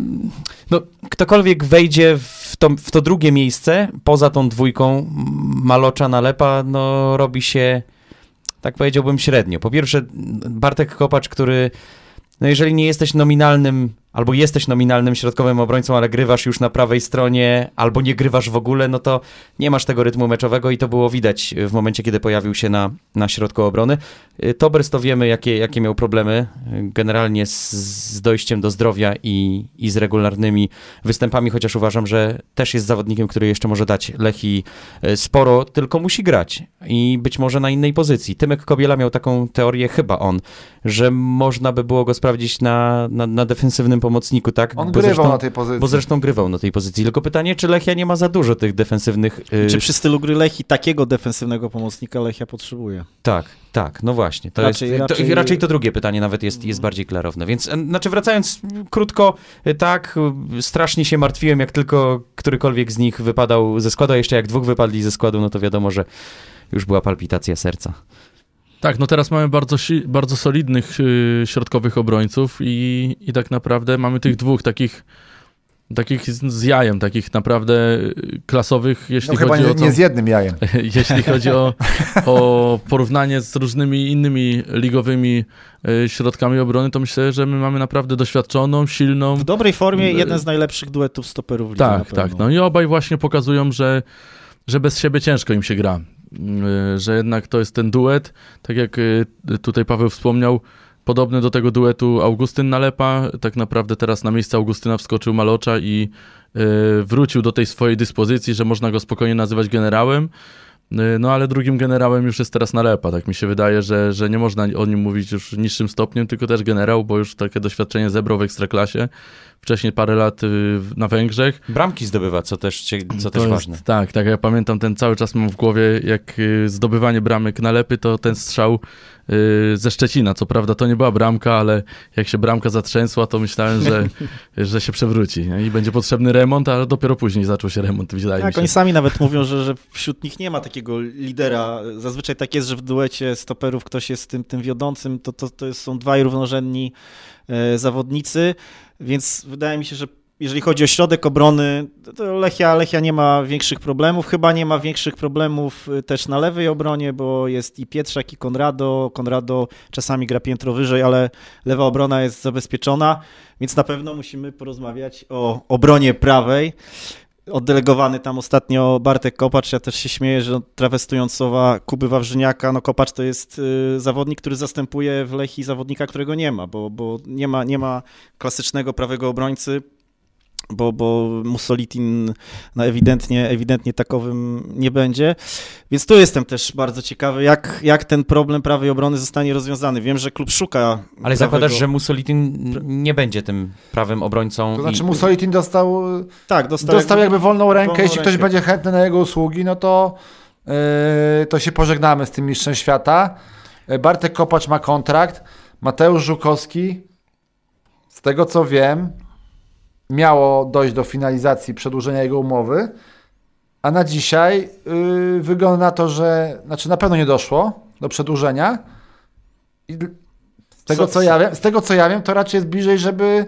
ktokolwiek wejdzie w to drugie miejsce, poza tą dwójką Malocza-Nalepa, no robi się, tak powiedziałbym, średnio. Po pierwsze, Bartek Kopacz, który, no jeżeli nie jesteś nominalnym, albo jesteś nominalnym środkowym obrońcą, ale grywasz już na prawej stronie, albo nie grywasz w ogóle, no to nie masz tego rytmu meczowego i to było widać w momencie, kiedy pojawił się na środku obrony. Tobers to wiemy, jakie miał problemy generalnie z dojściem do zdrowia i z regularnymi występami, chociaż uważam, że też jest zawodnikiem, który jeszcze może dać Lechii sporo, tylko musi grać i być może na innej pozycji. Tymek Kobiela miał taką teorię, chyba on, że można by było go sprawdzić na defensywnym pomocniku, tak? On grywał na tej pozycji. Bo zresztą grywał na tej pozycji. Tylko pytanie, czy Lechia nie ma za dużo tych defensywnych... Czy przy stylu gry Lechii takiego defensywnego pomocnika Lechia potrzebuje? Tak, no właśnie. Raczej to drugie pytanie nawet jest bardziej klarowne. Więc, wracając krótko, tak, strasznie się martwiłem, jak tylko którykolwiek z nich wypadał ze składu, a jeszcze jak dwóch wypadli ze składu, no to wiadomo, że już była palpitacja serca. Tak, no teraz mamy bardzo solidnych środkowych obrońców i tak naprawdę mamy tych dwóch takich z jajem, takich naprawdę klasowych, jeśli chodzi o to... nie z jednym jajem. Jeśli chodzi o porównanie z różnymi innymi ligowymi środkami obrony, to myślę, że my mamy naprawdę doświadczoną, silną... W dobrej formie jeden z najlepszych duetów stoperów w lidze. Tak. No i obaj właśnie pokazują, że bez siebie ciężko im się gra. Że jednak to jest ten duet, tak jak tutaj Paweł wspomniał, podobny do tego duetu Augustyn-Nalepa. Tak naprawdę teraz na miejsce Augustyna wskoczył Malocza i wrócił do tej swojej dyspozycji, że można go spokojnie nazywać generałem. No ale drugim generałem już jest teraz Nalepa. Tak mi się wydaje, że nie można o nim mówić już niższym stopniem, tylko też generał, bo już takie doświadczenie zebrał w Ekstraklasie. Wcześniej parę lat na Węgrzech. Bramki zdobywa, co też ważne. Tak, ja pamiętam, cały czas mam w głowie, jak zdobywanie bramek Nalepy, to ten strzał ze Szczecina. Co prawda to nie była bramka, ale jak się bramka zatrzęsła, to myślałem, że się przewróci i będzie potrzebny remont, ale dopiero później zaczął się remont, wydaje mi się. Oni sami nawet mówią, że wśród nich nie ma takiego lidera. Zazwyczaj tak jest, że w duecie stoperów ktoś jest tym wiodącym, to są dwaj równorzędni zawodnicy, więc wydaje mi się, że jeżeli chodzi o środek obrony, to Lechia nie ma większych problemów. Chyba nie ma większych problemów też na lewej obronie, bo jest i Pietrzak, i Konrado. Konrado czasami gra piętro wyżej, ale lewa obrona jest zabezpieczona, więc na pewno musimy porozmawiać o obronie prawej. Oddelegowany tam ostatnio Bartek Kopacz, ja też się śmieję, że trawestując słowa Kuby Wawrzyniaka, no Kopacz to jest zawodnik, który zastępuje w Lechii zawodnika, którego nie ma, bo nie ma klasycznego prawego obrońcy, bo Mussolitin no ewidentnie takowym nie będzie. Więc tu jestem też bardzo ciekawy, jak ten problem prawej obrony zostanie rozwiązany. Wiem, że klub szuka Ale zakładasz, że Mussolitin nie będzie tym prawym obrońcą? To znaczy Mussolitin dostał jakby wolną rękę. Jeśli ktoś będzie chętny na jego usługi, no to się pożegnamy z tym mistrzem świata. Bartek Kopacz ma kontrakt. Mateusz Żukowski, z tego co wiem, miało dojść do finalizacji przedłużenia jego umowy, a na dzisiaj wygląda na to, że na pewno nie doszło do przedłużenia. I z tego co ja wiem, to raczej jest bliżej,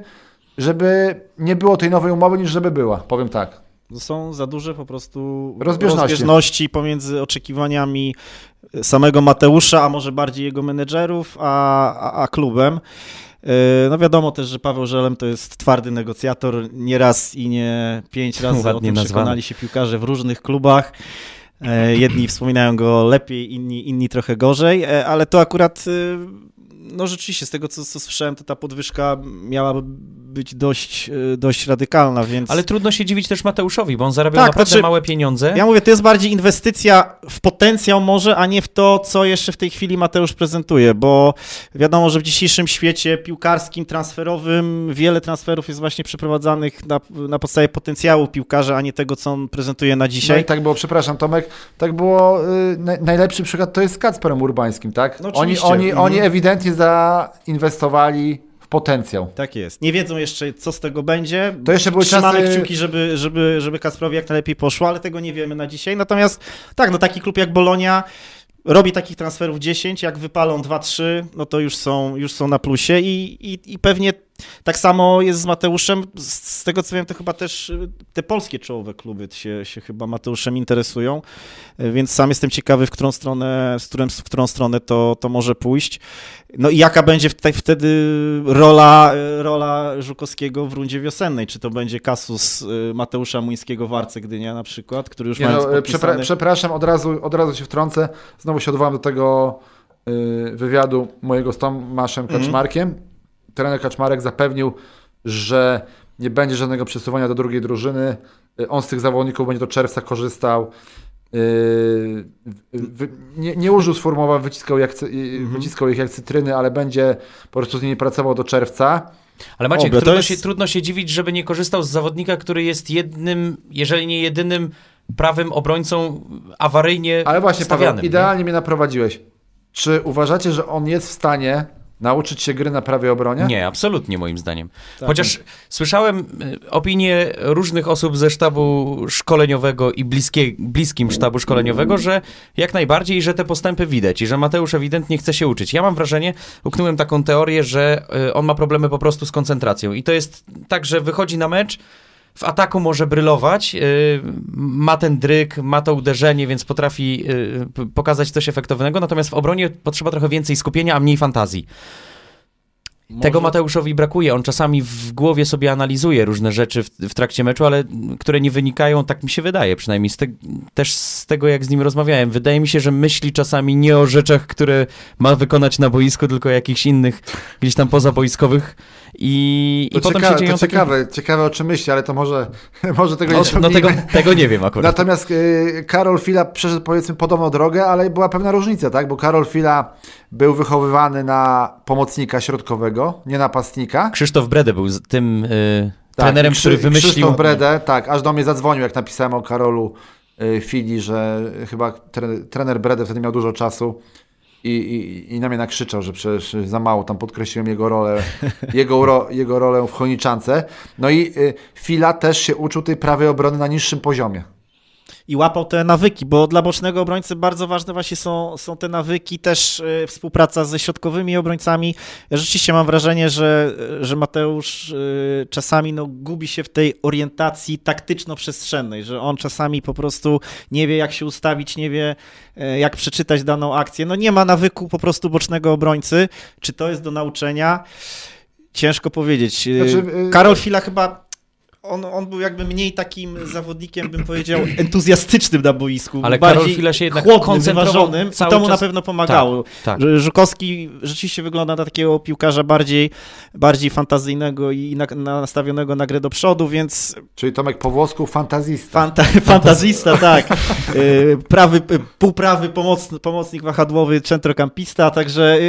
żeby nie było tej nowej umowy, niż żeby była, powiem tak. Są za duże po prostu rozbieżności pomiędzy oczekiwaniami samego Mateusza, a może bardziej jego menedżerów, a klubem. No wiadomo też, że Paweł Żelem to jest twardy negocjator, nie raz i nie 5 razy o tym przekonali się piłkarze w różnych klubach. Jedni wspominają go lepiej, inni trochę gorzej, ale to akurat no rzeczywiście z tego, co słyszałem, to ta podwyżka miała być dość radykalna, więc... Ale trudno się dziwić też Mateuszowi, bo on zarabiał naprawdę małe pieniądze. Ja mówię, to jest bardziej inwestycja w potencjał może, a nie w to, co jeszcze w tej chwili Mateusz prezentuje, bo wiadomo, że w dzisiejszym świecie piłkarskim, transferowym wiele transferów jest właśnie przeprowadzanych na podstawie potencjału piłkarza, a nie tego, co on prezentuje na dzisiaj. No i tak było, przepraszam Tomek, tak było, najlepszy przykład to jest z Kacperem Urbańskim, tak? No oni ewidentnie zainwestowali w potencjał. Tak jest. Nie wiedzą jeszcze, co z tego będzie. To jeszcze były Trzymamy czasy... kciuki, żeby Kacprowi jak najlepiej poszło, ale tego nie wiemy na dzisiaj. Natomiast tak, no taki klub jak Bologna robi takich transferów 10, jak wypalą 2-3, no to już są na plusie i pewnie tak samo jest z Mateuszem. Z tego co wiem, to chyba też te polskie czołowe kluby się chyba Mateuszem interesują, więc sam jestem ciekawy, w którą stronę to może pójść. No i jaka będzie wtedy rola Żukowskiego w rundzie wiosennej? Czy to będzie kasus Mateusza Muńskiego w Arce Gdynia na przykład, który już ma podpisany... Przepraszam, od razu się wtrącę. Znowu się odwołam do tego wywiadu mojego z Tomaszem Kaczmarkiem. Trener Kaczmarek zapewnił, że nie będzie żadnego przesuwania do drugiej drużyny. On z tych zawodników będzie do czerwca korzystał. Nie użył sformułowania wyciskał ich jak cytryny, ale będzie po prostu z nimi pracował do czerwca. Ale Maciek, trudno się dziwić, żeby nie korzystał z zawodnika, który jest jednym, jeżeli nie jedynym prawym obrońcą awaryjnie Ale właśnie, stawianym. Paweł, idealnie mnie naprowadziłeś. Czy uważacie, że on jest w stanie nauczyć się gry na prawej obronie? Nie, absolutnie moim zdaniem. Tak. Chociaż słyszałem opinie różnych osób ze sztabu szkoleniowego i bliskim sztabu szkoleniowego, że jak najbardziej, że te postępy widać i że Mateusz ewidentnie chce się uczyć. Ja mam wrażenie, uknąłem taką teorię, że on ma problemy po prostu z koncentracją i to jest tak, że wychodzi na mecz, w ataku może brylować, ma ten dryg, ma to uderzenie, więc potrafi pokazać coś efektownego, natomiast w obronie potrzeba trochę więcej skupienia, a mniej fantazji. Tego Mateuszowi brakuje. On czasami w głowie sobie analizuje różne rzeczy w trakcie meczu, ale które nie wynikają, tak mi się wydaje, przynajmniej też z tego, jak z nim rozmawiałem. Wydaje mi się, że myśli czasami nie o rzeczach, które ma wykonać na boisku, tylko jakichś innych, gdzieś tam pozaboiskowych. I potem się dzieją ciekawe o czym myśli, ale to może tego nie ciągnijmy. Tego nie wiem akurat. Natomiast Karol Fila przeszedł powiedzmy podobną drogę, ale była pewna różnica, tak? Bo Karol Fila był wychowywany na pomocnika środkowego, nie napastnika. Krzysztof Brede był tym trenerem, który wymyślił... Krzysztof Brede, tak, aż do mnie zadzwonił, jak napisałem o Karolu Fili, że chyba trener Brede wtedy miał dużo czasu i na mnie nakrzyczał, że przecież za mało tam podkreśliłem jego rolę w Chojniczance. No i Fila też się uczył tej prawej obrony na niższym poziomie. I łapał te nawyki, bo dla bocznego obrońcy bardzo ważne właśnie są te nawyki, też współpraca ze środkowymi obrońcami. Ja rzeczywiście mam wrażenie, że Mateusz czasami gubi się w tej orientacji taktyczno-przestrzennej, że on czasami po prostu nie wie, jak się ustawić, nie wie, jak przeczytać daną akcję. No nie ma nawyku po prostu bocznego obrońcy. Czy to jest do nauczenia? Ciężko powiedzieć. Karol Fila chyba... on był jakby mniej takim zawodnikiem, bym powiedział, entuzjastycznym na boisku. Ale bardziej Karol Fila się jednak chłodnym, koncentrował wyważonym, cały to mu czas. na pewno pomagało. Tak. Żukowski rzeczywiście wygląda na takiego piłkarza bardziej fantazyjnego i nastawionego na grę do przodu, więc Czyli Tomek po włosku fantazista. fantazista, tak. Półprawy pomocnik wahadłowy, centrokampista, także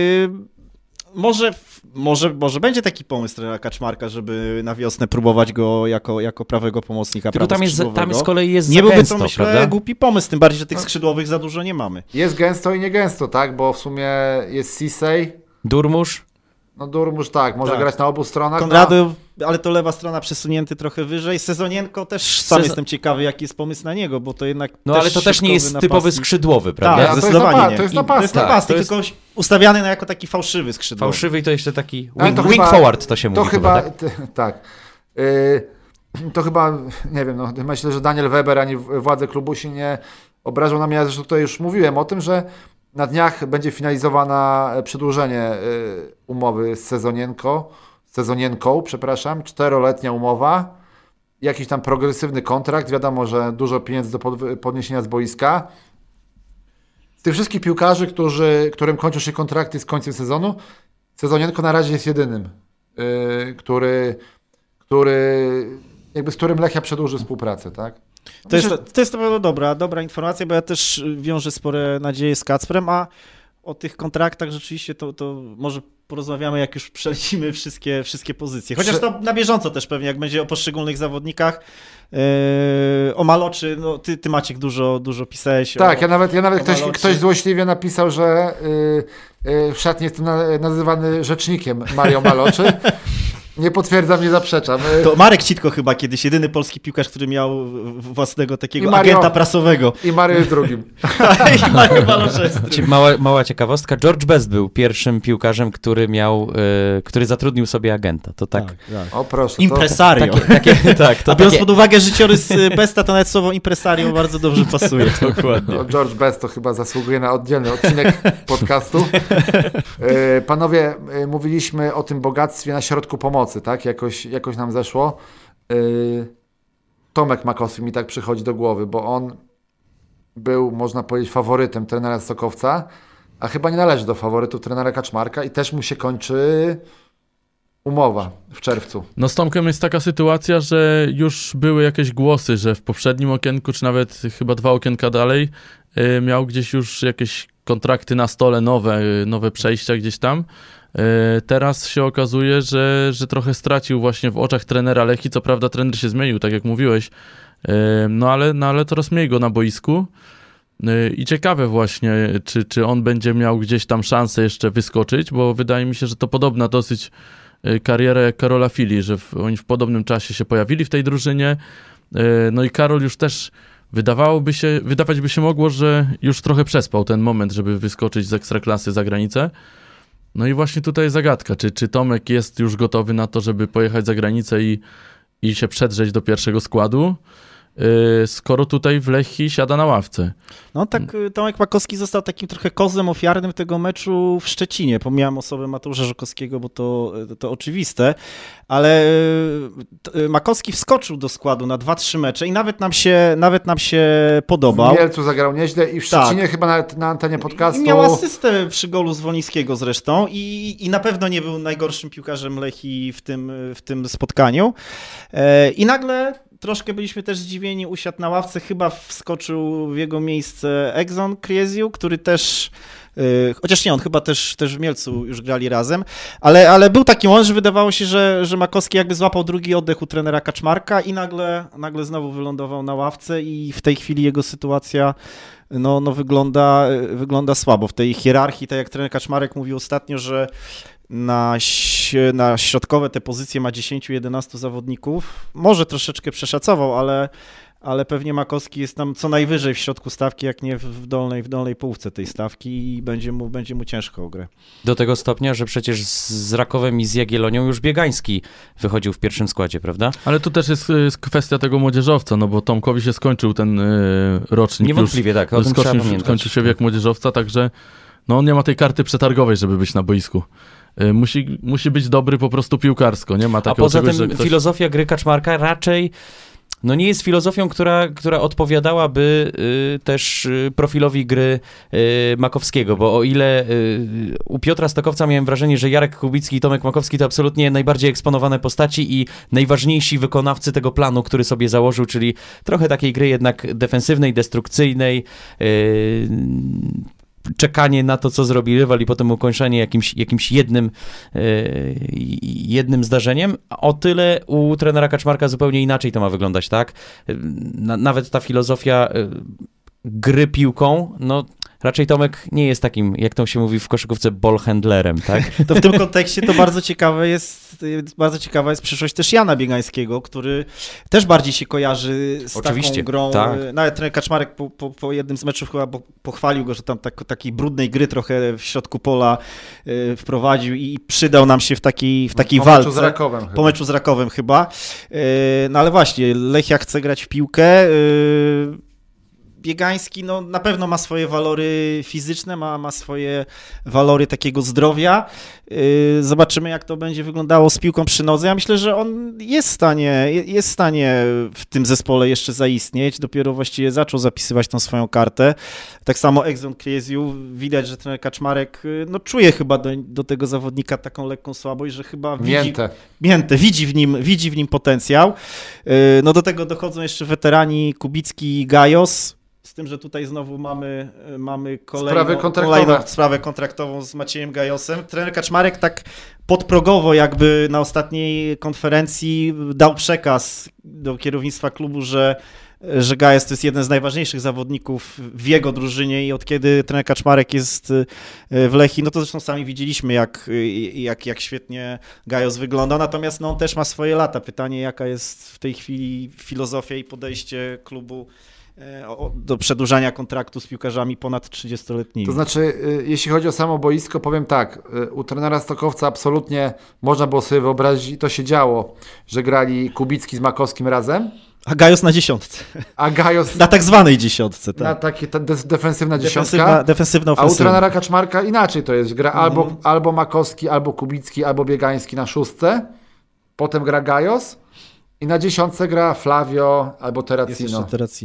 może będzie taki pomysł trenera Kaczmarka, żeby na wiosnę próbować go jako prawego pomocnika Tylko tam prawoskrzydłowego. z kolei jest Nie za byłby gęsto, to, myślę, prawda? głupi pomysł, tym bardziej, że tych skrzydłowych za dużo nie mamy. Jest gęsto i nie gęsto, tak? Bo w sumie jest Sisej. Durmusz? No Durmusz tak, może Tak. grać na obu stronach. Konradu, ale to lewa strona przesunięty trochę wyżej. Sezonienko też sam jestem ciekawy, jaki jest pomysł na niego, bo to jednak No ale to też nie jest środkowy typowy napastnik. skrzydłowy, Tak, prawda? to jest zdecydowanie napad- nie. to jest To jest napastnik. napastnik, To jest- tylko ustawiany jako taki fałszywy skrzydłowy. Fałszywy i to jeszcze taki Ale to wing chyba- forward to się To mówi chyba, tak? tak. To chyba, nie wiem, no, myślę, że Daniel Weber ani władze klubu się nie obrażą na mnie. Ja zresztą tutaj już mówiłem o tym, że na dniach będzie finalizowana przedłużenie umowy z Sezonienką, przepraszam, 4-letnia umowa, jakiś tam progresywny kontrakt, wiadomo, że dużo pieniędzy do podniesienia z boiska. Z tych wszystkich piłkarzy, którym kończą się kontrakty z końcem sezonu, Sezonienko na razie jest jedynym, z którym Lechia przedłuży współpracę, tak? To jest na pewno dobra informacja, bo ja też wiążę spore nadzieje z Kacprem, a o tych kontraktach rzeczywiście to może porozmawiamy, jak już przelecimy wszystkie pozycje. Chociaż to na bieżąco też pewnie, jak będzie o poszczególnych zawodnikach. O Maloczy, no ty Maciek dużo pisałeś. Tak, ja nawet Maloczy. ktoś złośliwie napisał, że w szatni jestem nazywany rzecznikiem Mario Maloczy. Nie potwierdzam, nie zaprzeczam. To Marek Citko chyba kiedyś, jedyny polski piłkarz, który miał własnego takiego I Mario- agenta prasowego. I Mario jest drugim. I Mario Maloczy jest drugim. Mała ciekawostka. George Best był pierwszym piłkarzem, który zatrudnił sobie agenta. To tak. O proszę. Impresario. Tak, A biorąc pod uwagę życiorys Besta, to nawet słowo impresario bardzo dobrze pasuje. Dokładnie. No, George Best to chyba zasługuje na oddzielny odcinek podcastu. Panowie, mówiliśmy o tym bogactwie na środku pomocy, tak? Jakoś nam zeszło. Tomek Makowski mi tak przychodzi do głowy, bo on był, można powiedzieć, faworytem trenera Stokowca, a chyba nie należy do faworytów trenera Kaczmarka i też mu się kończy umowa w czerwcu. No z Tomkiem jest taka sytuacja, że już były jakieś głosy, że w poprzednim okienku, czy nawet chyba 2 okienka dalej, miał gdzieś już jakieś kontrakty na stole, nowe przejścia gdzieś tam. Teraz się okazuje, że trochę stracił właśnie w oczach trenera Lechii. Co prawda trener się zmienił, tak jak mówiłeś, no ale coraz mniej go na boisku. I ciekawe właśnie, czy on będzie miał gdzieś tam szansę jeszcze wyskoczyć, bo wydaje mi się, że to podobna dosyć kariera jak Karola Fili, że oni w podobnym czasie się pojawili w tej drużynie. No i Karol już też wydawać by się mogło, że już trochę przespał ten moment, żeby wyskoczyć z Ekstraklasy za granicę. No i właśnie tutaj jest zagadka, czy Tomek jest już gotowy na to, żeby pojechać za granicę i się przedrzeć do pierwszego składu, skoro tutaj w Lechii siada na ławce. No tak, Tomek Makowski został takim trochę kozłem ofiarnym tego meczu w Szczecinie. Pomijam osobę Mateusza Żukowskiego, bo to oczywiste, ale Makowski wskoczył do składu na 2-3 mecze i nawet nam się podobał. W Mielcu zagrał nieźle i w Szczecinie chyba na antenie podcastu. I miał asystę przy golu Zwolnickiego zresztą i na pewno nie był najgorszym piłkarzem Lechii w tym spotkaniu. I nagle troszkę byliśmy też zdziwieni, usiadł na ławce, chyba wskoczył w jego miejsce Exxon Krieziu, który też, chociaż nie, on chyba też w Mielcu już grali razem, ale był taki moment, że wydawało się, że Makowski jakby złapał drugi oddech u trenera Kaczmarka i nagle znowu wylądował na ławce i w tej chwili jego sytuacja no wygląda słabo. W tej hierarchii, tak jak trener Kaczmarek mówił ostatnio, że na środkowe te pozycje ma 10-11 zawodników. Może troszeczkę przeszacował, ale pewnie Makowski jest tam co najwyżej w środku stawki, jak nie w dolnej połówce tej stawki i będzie mu ciężko o grę. Do tego stopnia, że przecież z Rakowem i z Jagiellonią już Biegański wychodził w pierwszym składzie, prawda? Ale tu też jest kwestia tego młodzieżowca, no bo Tomkowi się skończył ten rocznik. Niewątpliwie tak, o tym trzeba pamiętać. Skończył się wiek młodzieżowca, także no on nie ma tej karty przetargowej, żeby być na boisku. Musi być dobry po prostu piłkarsko, nie ma A takiego poza czegoś, tym że ktoś... filozofia gry Kaczmarka raczej nie jest filozofią, która odpowiadałaby też profilowi gry Makowskiego, bo o ile u Piotra Stokowca miałem wrażenie, że Jarek Kubicki i Tomek Makowski to absolutnie najbardziej eksponowane postaci i najważniejsi wykonawcy tego planu, który sobie założył, czyli trochę takiej gry jednak defensywnej, destrukcyjnej, czekanie na to, co zrobi rywal i potem ukończenie jakimś jednym zdarzeniem. O tyle u trenera Kaczmarka zupełnie inaczej to ma wyglądać, tak? Nawet ta filozofia gry piłką, raczej Tomek nie jest takim, jak to się mówi w koszykówce, ballhandlerem, tak? To w tym kontekście to bardzo ciekawa jest przyszłość też Jana Biegańskiego, który też bardziej się kojarzy z Oczywiście, taką grą. tak. Nawet trener Kaczmarek po jednym z meczów chyba pochwalił go, że tam takiej brudnej gry trochę w środku pola wprowadził i przydał nam się w takiej walce. Meczu z Rakowem po meczu z Rakowem chyba. No ale właśnie, Lechia chce grać w piłkę. Biegański na pewno ma swoje walory fizyczne, ma swoje walory takiego zdrowia. Zobaczymy, jak to będzie wyglądało z piłką przy nodze. Ja myślę, że on jest w stanie w tym zespole jeszcze zaistnieć. Dopiero właściwie zaczął zapisywać tą swoją kartę. Tak samo Exxon Krieziu. Widać, że trener Kaczmarek czuje chyba do tego zawodnika taką lekką słabość, że chyba widzi w nim potencjał. Do tego dochodzą jeszcze weterani Kubicki i Gajos. Z tym, że tutaj znowu mamy kolejną sprawę kontraktową z Maciejem Gajosem. Trener Kaczmarek tak podprogowo jakby na ostatniej konferencji dał przekaz do kierownictwa klubu, że Gajos to jest jeden z najważniejszych zawodników w jego drużynie i od kiedy trener Kaczmarek jest w Lechii, to zresztą sami widzieliśmy, jak świetnie Gajos wygląda, natomiast on też ma swoje lata. Pytanie, jaka jest w tej chwili filozofia i podejście klubu do przedłużania kontraktu z piłkarzami ponad 30-letnimi. To znaczy, jeśli chodzi o samo boisko, powiem tak, u trenera Stokowca absolutnie można było sobie wyobrazić, i to się działo, że grali Kubicki z Makowskim razem. A Gajos na dziesiątce. A Gajos na tak zwanej dziesiątce. Tak. Na takie defensywna dziesiątka. Defensywna a u trenera Kaczmarka inaczej to jest. Gra albo Makowski, albo Kubicki, albo Biegański na szóstce. Potem gra Gajos. I na dziesiątce gra Flavio albo Terracino.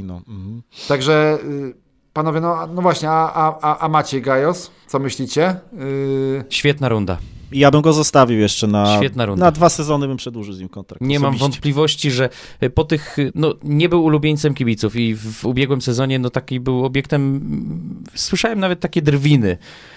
Także panowie, no właśnie, a Maciej Gajos, co myślicie? Świetna runda. Ja bym go zostawił jeszcze na 2 sezony, bym przedłużył z nim kontrakt. Nie mam wątpliwości, że po tych, nie był ulubieńcem kibiców i w ubiegłym sezonie, taki był obiektem, słyszałem nawet takie drwiny.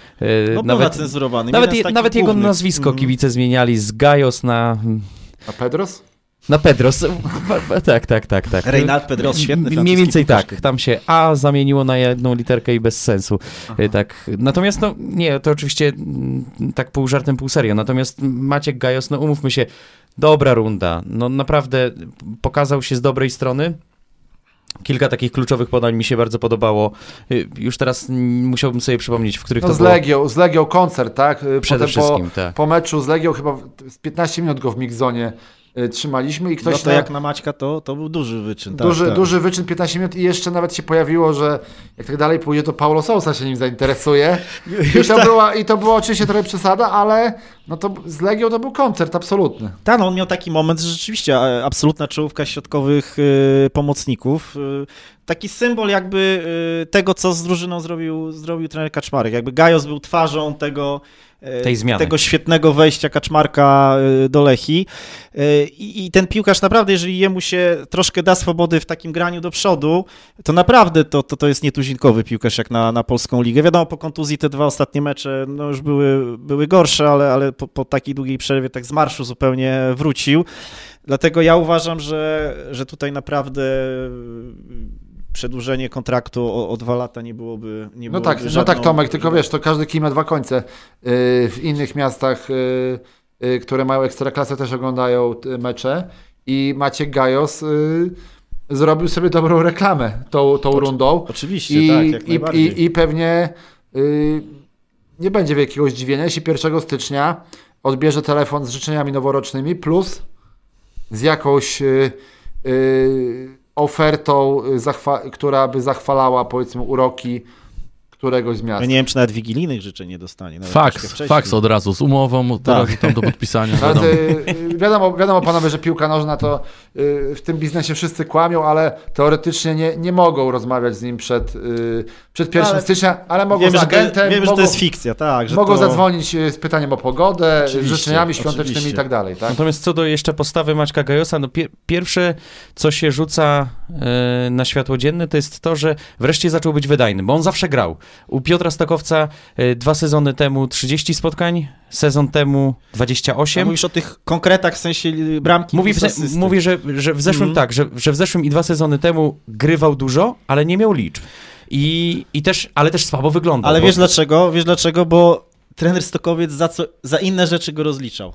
Nawet jego nazwisko kibice zmieniali z Gajos na Pedros? Na Pedros, tak. Reynald Pedros, świetny. Mniej więcej tak, tam się A zamieniło na jedną literkę i bez sensu. Tak. Natomiast to oczywiście tak pół żartem, pół serio. Natomiast Maciek Gajos, umówmy się, dobra runda. Naprawdę pokazał się z dobrej strony. Kilka takich kluczowych podań mi się bardzo podobało. Już teraz musiałbym sobie przypomnieć, w których to było. Z Legią koncert, tak? Przede wszystkim, tak. Po meczu z Legią chyba z 15 minut go w mix-zonie trzymaliśmy i ktoś... jak na Maćka to był duży wyczyn. Duży wyczyn, 15 minut i jeszcze nawet się pojawiło, że jak tak dalej pójdzie, to Paulo Sousa się nim zainteresuje. I to była oczywiście trochę przesada, ale to z Legią to był koncert absolutny. Tak, on miał taki moment, że rzeczywiście absolutna czołówka środkowych pomocników. Taki symbol jakby tego, co z drużyną zrobił trener Kaczmarek. Jakby Gajos był twarzą tego świetnego wejścia Kaczmarka do Lechii. I ten piłkarz naprawdę, jeżeli jemu się troszkę da swobody w takim graniu do przodu, to naprawdę to jest nietuzinkowy piłkarz jak na polską ligę. Wiadomo, po kontuzji te 2 ostatnie mecze już były gorsze, ale po takiej długiej przerwie tak z marszu zupełnie wrócił. Dlatego ja uważam, że tutaj naprawdę przedłużenie kontraktu o 2 lata nie byłoby tak, Tomek, tylko wiesz, to każdy kij ma 2 końce. W innych miastach, które mają ekstraklasę, też oglądają mecze i Maciek Gajos zrobił sobie dobrą reklamę tą rundą. Oczywiście, tak, jak najbardziej. I pewnie nie będzie wielkiego zdziwienia, jeśli 1 stycznia odbierze telefon z życzeniami noworocznymi plus z jakąś ofertą, która by zachwalała, powiedzmy, uroki któregoś z miast. Ja nie wiem, czy nawet wigilijnych życzeń nie dostanie. Nawet troszkę wcześniej. Faks od razu, z umową od razu tam do podpisania. Wiadomo, panowie, że piłka nożna to w tym biznesie wszyscy kłamią, ale teoretycznie nie mogą rozmawiać z nim przed 1 stycznia, ale mogą z agentem. Wiemy, że to jest fikcja, tak. Że mogą to... zadzwonić z pytaniem o pogodę, Oczywiście, życzeniami świątecznymi oczywiście. i tak dalej. Tak? Natomiast co do jeszcze postawy Maćka Gajosa, no pierwsze, co się rzuca na światło dzienne, to jest to, że wreszcie zaczął być wydajny, bo on zawsze grał. U Piotra Stokowca 2 sezony temu 30 spotkań, sezon temu 28. A mówisz o tych konkretach w sensie bramki? Mówi, że w zeszłym że w zeszłym i 2 sezony temu grywał dużo, ale nie miał liczb. Ale też słabo wyglądał. Ale wiesz dlaczego? Wiesz dlaczego? Bo trener Stokowiec za inne rzeczy go rozliczał.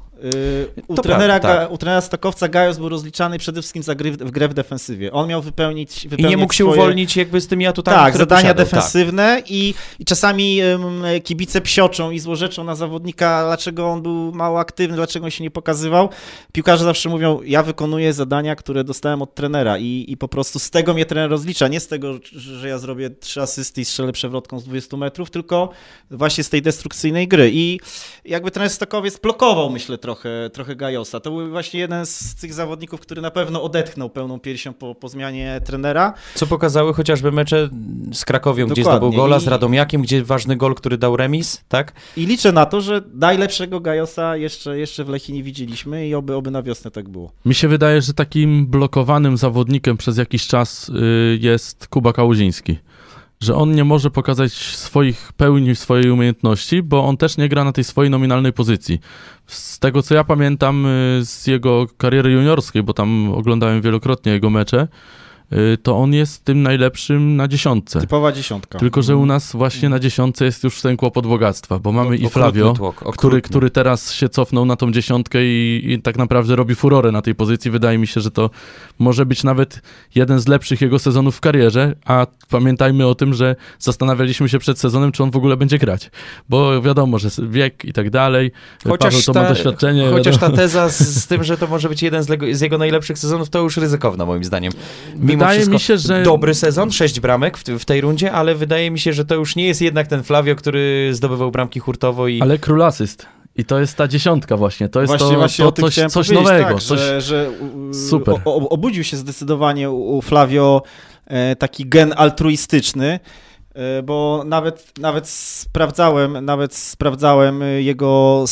U trenera Stokowca Gajos był rozliczany przede wszystkim za grę w defensywie. On miał wypełnić i nie mógł się uwolnić jakby z tymi atutami, tak, które zadania posiadał. defensywne i czasami kibice psioczą i złorzeczą na zawodnika, dlaczego on był mało aktywny, dlaczego on się nie pokazywał. Piłkarze zawsze mówią, ja wykonuję zadania, które dostałem od trenera i po prostu z tego mnie trener rozlicza. Nie z tego, że ja zrobię 3 asysty i strzelę przewrotką z 20 metrów, tylko właśnie z tej destrukcyjnej gry. I jakby trener Stokowiec blokował, myślę, trochę Gajosa. To był właśnie jeden z tych zawodników, który na pewno odetchnął pełną piersią po zmianie trenera. Co pokazały chociażby mecze z Krakowią, gdzie Dokładnie. zdobył gola, z Radomiakiem, gdzie ważny gol, który dał remis, tak? I liczę na to, że najlepszego Gajosa jeszcze w Lechii nie widzieliśmy i oby na wiosnę tak było. Mi się wydaje, że takim blokowanym zawodnikiem przez jakiś czas jest Kuba Kałuziński. Że on nie może pokazać swoich pełni, swojej umiejętności, bo on też nie gra na tej swojej nominalnej pozycji. Z tego, co ja pamiętam z jego kariery juniorskiej, bo tam oglądałem wielokrotnie jego mecze, to on jest tym najlepszym na 10. Typowa 10. Tylko, że u nas właśnie na 10 jest już ten kłopot bogactwa, bo mamy i Flavio, który teraz się cofnął na tą 10 i tak naprawdę robi furorę na tej pozycji. Wydaje mi się, że to może być nawet jeden z lepszych jego sezonów w karierze, a pamiętajmy o tym, że zastanawialiśmy się przed sezonem, czy on w ogóle będzie grać, bo wiadomo, że wiek i tak dalej, Paweł to ma doświadczenie. Chociaż ta teza z tym, że to może być jeden z jego najlepszych sezonów, to już ryzykowna moim zdaniem. Wydaje mi się, że... Dobry sezon, 6 bramek w tej rundzie, ale wydaje mi się, że to już nie jest jednak ten Flavio, który zdobywał bramki hurtowo i... Ale król asyst. I to jest ta 10 właśnie. To jest właśnie coś nowego. Tak, coś... że super. Obudził się zdecydowanie u Flavio taki gen altruistyczny, bo nawet sprawdzałem jego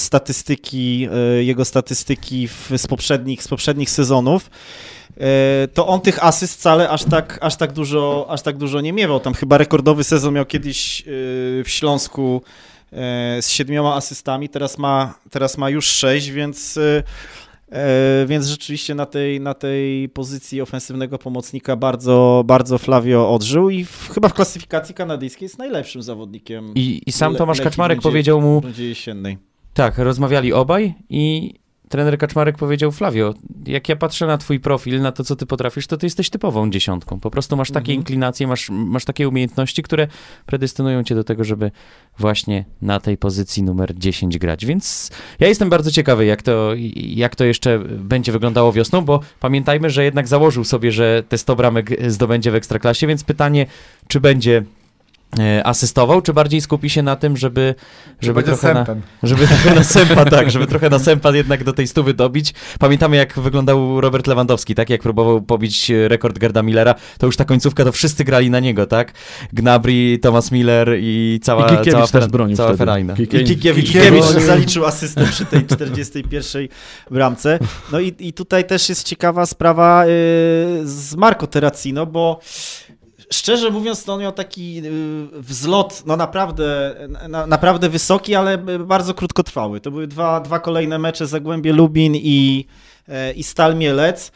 statystyki z poprzednich sezonów. To on tych asyst wcale aż tak dużo nie miewał. Tam chyba rekordowy sezon miał kiedyś w Śląsku z 7 asystami, teraz ma już 6, więc rzeczywiście na tej pozycji ofensywnego pomocnika bardzo Flavio odżył i chyba w klasyfikacji kanadyjskiej jest najlepszym zawodnikiem. I sam Tomasz Kaczmarek powiedział mu... jesiennej. Tak, rozmawiali obaj i trener Kaczmarek powiedział, Flavio, jak ja patrzę na twój profil, na to, co ty potrafisz, to ty jesteś typową 10. Po prostu masz takie inklinacje, masz takie umiejętności, które predestynują cię do tego, żeby właśnie na tej pozycji numer 10 grać. Więc ja jestem bardzo ciekawy, jak to jeszcze będzie wyglądało wiosną, bo pamiętajmy, że jednak założył sobie, że te 100 bramek zdobędzie w Ekstraklasie, więc pytanie, czy będzie asystował, czy bardziej skupi się na tym, żeby trochę na sępa, tak, żeby trochę na sępa jednak do tej 100 dobić. Pamiętamy, jak wyglądał Robert Lewandowski, tak, jak próbował pobić rekord Gerda Millera, to już ta końcówka, to wszyscy grali na niego, tak, Gnabry, Thomas Miller i cała ferajna. I Kikiewicz zaliczył asystę przy tej 41. bramce. No i tutaj też jest ciekawa sprawa z Marco Terracino, bo szczerze mówiąc, to on miał taki wzlot, no naprawdę wysoki, ale bardzo krótkotrwały. To były dwa kolejne mecze, Zagłębie Lubin i Stal Mielec.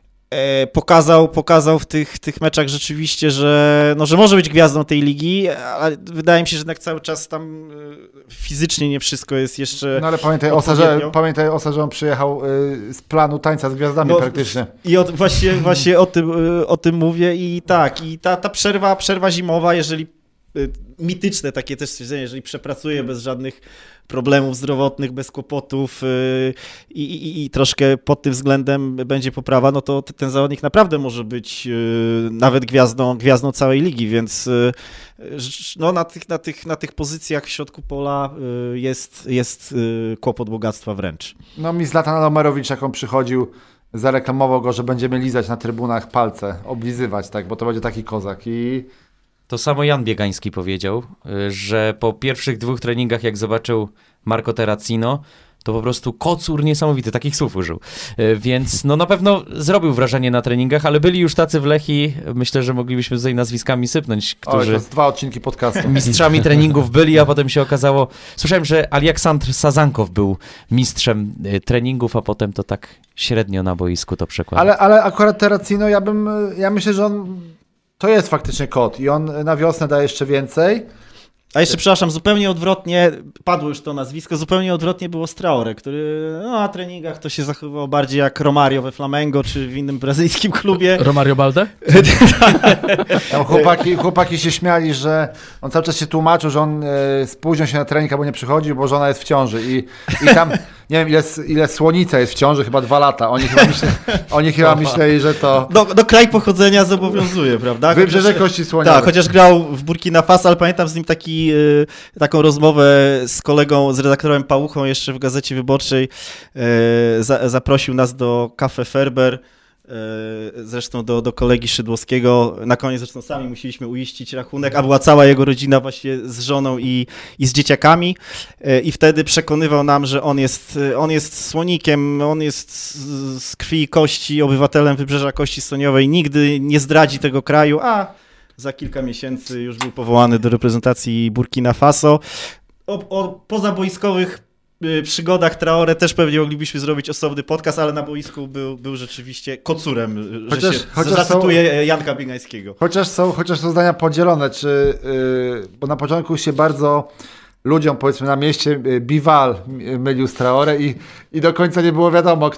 Pokazał w tych meczach rzeczywiście, że może być gwiazdą tej ligi, ale wydaje mi się, że jednak cały czas tam fizycznie nie wszystko jest jeszcze... No ale pamiętaj że on przyjechał z planu tańca z gwiazdami praktycznie. I właśnie o tym mówię i tak, i ta przerwa zimowa, jeżeli mityczne takie też stwierdzenie, jeżeli przepracuje bez żadnych problemów zdrowotnych, bez kłopotów i troszkę pod tym względem będzie poprawa, no to ten zawodnik naprawdę może być nawet gwiazdą całej ligi, więc no, na tych pozycjach w środku pola jest kłopot bogactwa wręcz. No mi Zlatan Omerowicz, jak on przychodził, zareklamował go, że będziemy lizać na trybunach palce, oblizywać, tak, bo to będzie taki kozak i... To samo Jan Biegański powiedział, że po pierwszych 2 treningach, jak zobaczył Marco Terracino, to po prostu kocur niesamowity, takich słów użył. Więc no na pewno zrobił wrażenie na treningach, ale byli już tacy w Lechii, myślę, że moglibyśmy tutaj nazwiskami sypnąć, Oj, to którzy jest 2 odcinki podcastu. mistrzami treningów byli, a potem się okazało... Słyszałem, że Aleksandr Sazankow był mistrzem treningów, a potem to tak średnio na boisku to przekładał. Ale akurat Terracino, ja myślę, że on to jest faktycznie kot i on na wiosnę da jeszcze więcej. A jeszcze, przepraszam, zupełnie odwrotnie, padło już to nazwisko, zupełnie odwrotnie było Traore, który na treningach to się zachowywał bardziej jak Romario we Flamengo, czy w innym brazylijskim klubie. Romario Balde? Tam chłopaki się śmiali, że on cały czas się tłumaczył, że on spóźnił się na trening, albo nie przychodził, bo żona jest w ciąży i tam, nie wiem ile Słonica jest w ciąży, chyba 2 lata. Oni chyba myśleli, że to... No kraj pochodzenia zobowiązuje, prawda? Wybrzeże Kości Słoniowej. Tak, chociaż grał w Burkina Faso, ale pamiętam z nim taką rozmowę z kolegą, z redaktorem Pałuchą jeszcze w Gazecie Wyborczej. Zaprosił nas do Cafe Ferber, zresztą do kolegi Szydłowskiego. Na koniec zresztą sami musieliśmy uiścić rachunek, a była cała jego rodzina właśnie z żoną i z dzieciakami. I wtedy przekonywał nam, że on jest Słonikiem, on jest z krwi i kości, obywatelem Wybrzeża Kości Słoniowej, nigdy nie zdradzi tego kraju, a za kilka miesięcy już był powołany do reprezentacji Burkina Faso. O pozaboiskowych przygodach Traore też pewnie moglibyśmy zrobić osobny podcast, ale na boisku był rzeczywiście kocurem, że zacytuję Janka Biegańskiego. Chociaż są zdania podzielone, bo na początku się bardzo ludziom, powiedzmy na mieście, Biwal mylił z Traore i do końca nie było wiadomo,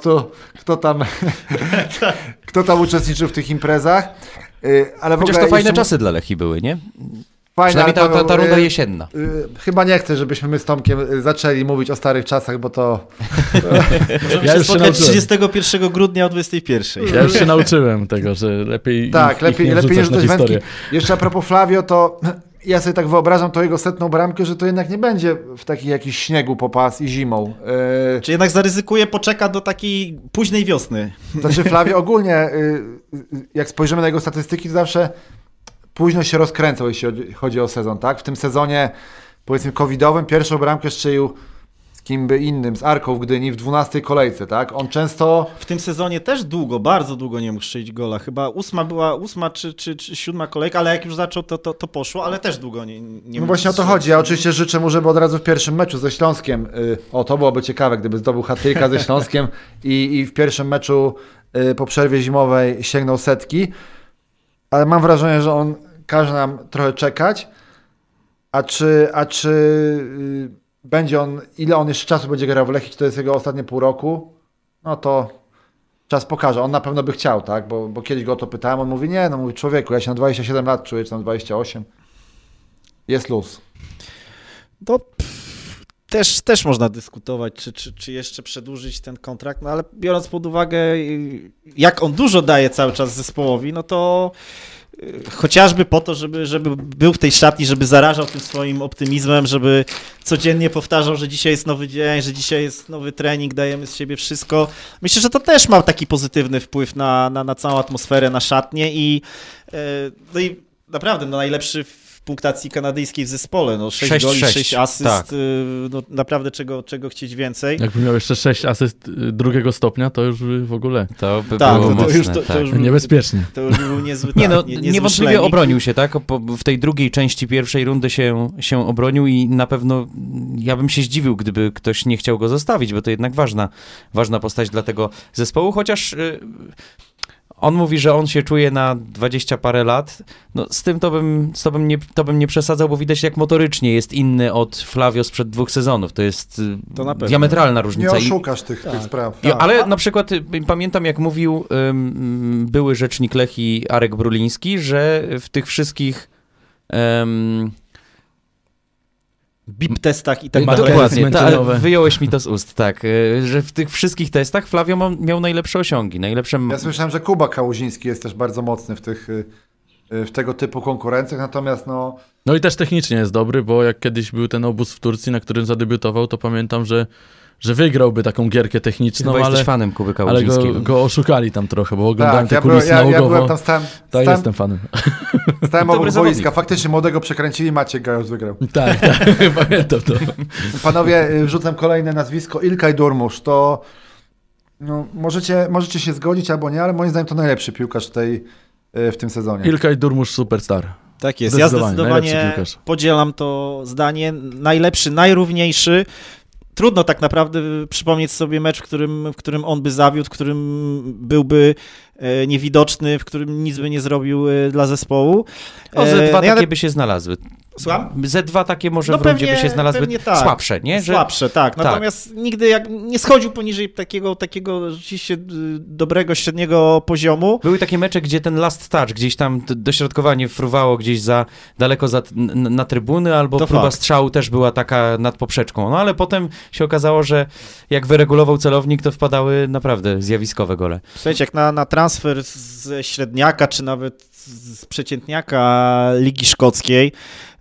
kto tam uczestniczył w tych imprezach. Ale chociaż to fajne czasy dla Lechii były, nie? Fajne, przynajmniej ta runda jesienna. Chyba nie chcę, żebyśmy my z Tomkiem zaczęli mówić o starych czasach, bo to... Możemy się spotkać 31 grudnia o 21. Ja już się nauczyłem tego, że lepiej lepiej nie rzucać wędki. historię. Jeszcze a propos Flavio, to ja sobie tak wyobrażam tą jego 100. bramkę, że to jednak nie będzie w takim jakiś śniegu po pas i zimą. Czy jednak zaryzykuje, poczeka do takiej późnej wiosny? Znaczy Flavio ogólnie, jak spojrzymy na jego statystyki, to zawsze późno się rozkręcał, jeśli chodzi o sezon, tak? W tym sezonie, powiedzmy, covidowym, pierwszą bramkę strzelił z kim by innym, z Arką w Gdyni w 12. kolejce, tak? On często... W tym sezonie też bardzo długo nie mógł strzelić gola. Chyba 8 czy 7 kolejka, ale jak już zaczął, to poszło, ale też długo nie No właśnie o to chodzi. Ja oczywiście życzę mu, żeby od razu w pierwszym meczu ze Śląskiem, to byłoby ciekawe, gdyby zdobył hat-tricka ze Śląskiem i w pierwszym meczu po przerwie zimowej sięgnął 100. Ale mam wrażenie, że on każe nam trochę czekać, a czy będzie ile on jeszcze czasu będzie grał w Lechii, czy to jest jego ostatnie pół roku, no to czas pokaże. On na pewno by chciał, tak, bo kiedyś go o to pytałem, on mówi, mówi człowieku, ja się na 27 lat czuję, czy tam 28. Jest luz. To też można dyskutować, czy jeszcze przedłużyć ten kontrakt, no ale biorąc pod uwagę, jak on dużo daje cały czas zespołowi, no to chociażby po to, żeby był w tej szatni, żeby zarażał tym swoim optymizmem, żeby codziennie powtarzał, że dzisiaj jest nowy dzień, że dzisiaj jest nowy trening, dajemy z siebie wszystko. Myślę, że to też ma taki pozytywny wpływ na całą atmosferę, na szatnię i naprawdę najlepszy w punktacji kanadyjskiej w zespole. 6 goli, 6 asyst, tak. Naprawdę czego chcieć więcej. Jakby miał jeszcze 6 asyst drugiego stopnia, to już w ogóle to by było mocne. To już niebezpiecznie. To już był niezły niewątpliwie obronił się, tak? W tej drugiej części pierwszej rundy się obronił i na pewno ja bym się zdziwił, gdyby ktoś nie chciał go zostawić, bo to jednak ważna postać dla tego zespołu, chociaż on mówi, że on się czuje na 20 parę lat. No z tym to bym nie przesadzał, bo widać jak motorycznie jest inny od Flavio sprzed 2 sezonów. To jest diametralna różnica. Nie oszukasz tych spraw. Ale na przykład pamiętam jak mówił były rzecznik Lechii Arek Bruliński, że w tych wszystkich BIP testach i tak Dokładnie. dalej. Dokładnie, zmęczeniowe. wyjąłeś mi to z ust, tak, że w tych wszystkich testach Flavio miał najlepsze osiągi, najlepsze... Ja słyszałem, że Kuba Kałuziński jest też bardzo mocny w tego typu konkurencjach, natomiast no... No i też technicznie jest dobry, bo jak kiedyś był ten obóz w Turcji, na którym zadebiutował, to pamiętam, że wygrałby taką gierkę techniczną, Chyba ale, jesteś fanem Kuby ale Kałuzińskiego. go oszukali tam trochę, bo oglądałem te ja kulisy byłem nałogowo. tam, Tak, jestem fanem. stałem Dobry obok zawodnik. boiska, faktycznie młodego przekręcili, Maciek Gajos wygrał. Tak, pamiętam to. Panowie, wrzucam kolejne nazwisko, Ilkay Durmusz, to no, możecie się zgodzić albo nie, ale moim zdaniem to najlepszy piłkarz w tym sezonie. Ilkay Durmusz superstar. Tak jest, ja Zdecydowanie, najlepszy zdecydowanie piłkarz. podzielam to zdanie. Najlepszy, najrówniejszy. Trudno tak naprawdę przypomnieć sobie mecz, w którym on by zawiódł, w którym byłby niewidoczny, w którym nic by nie zrobił dla zespołu. O, ze dwa No ja takie by się znalazły. Słucham? Ze dwa takie może No w rundzie by pewnie- się znalazły pewnie tak. słabsze, nie? Że... Słabsze, tak. tak. Natomiast nigdy nie schodził poniżej takiego rzeczywiście dobrego, średniego poziomu. Były takie mecze, gdzie ten last touch, gdzieś tam dośrodkowanie fruwało gdzieś daleko na trybuny, albo To próba fakt. strzału też była taka nad poprzeczką. No ale potem się okazało, że jak wyregulował celownik, to wpadały naprawdę zjawiskowe gole. Słuchajcie, jak na transfer ze średniaka, czy nawet z przeciętniaka Ligi Szkockiej,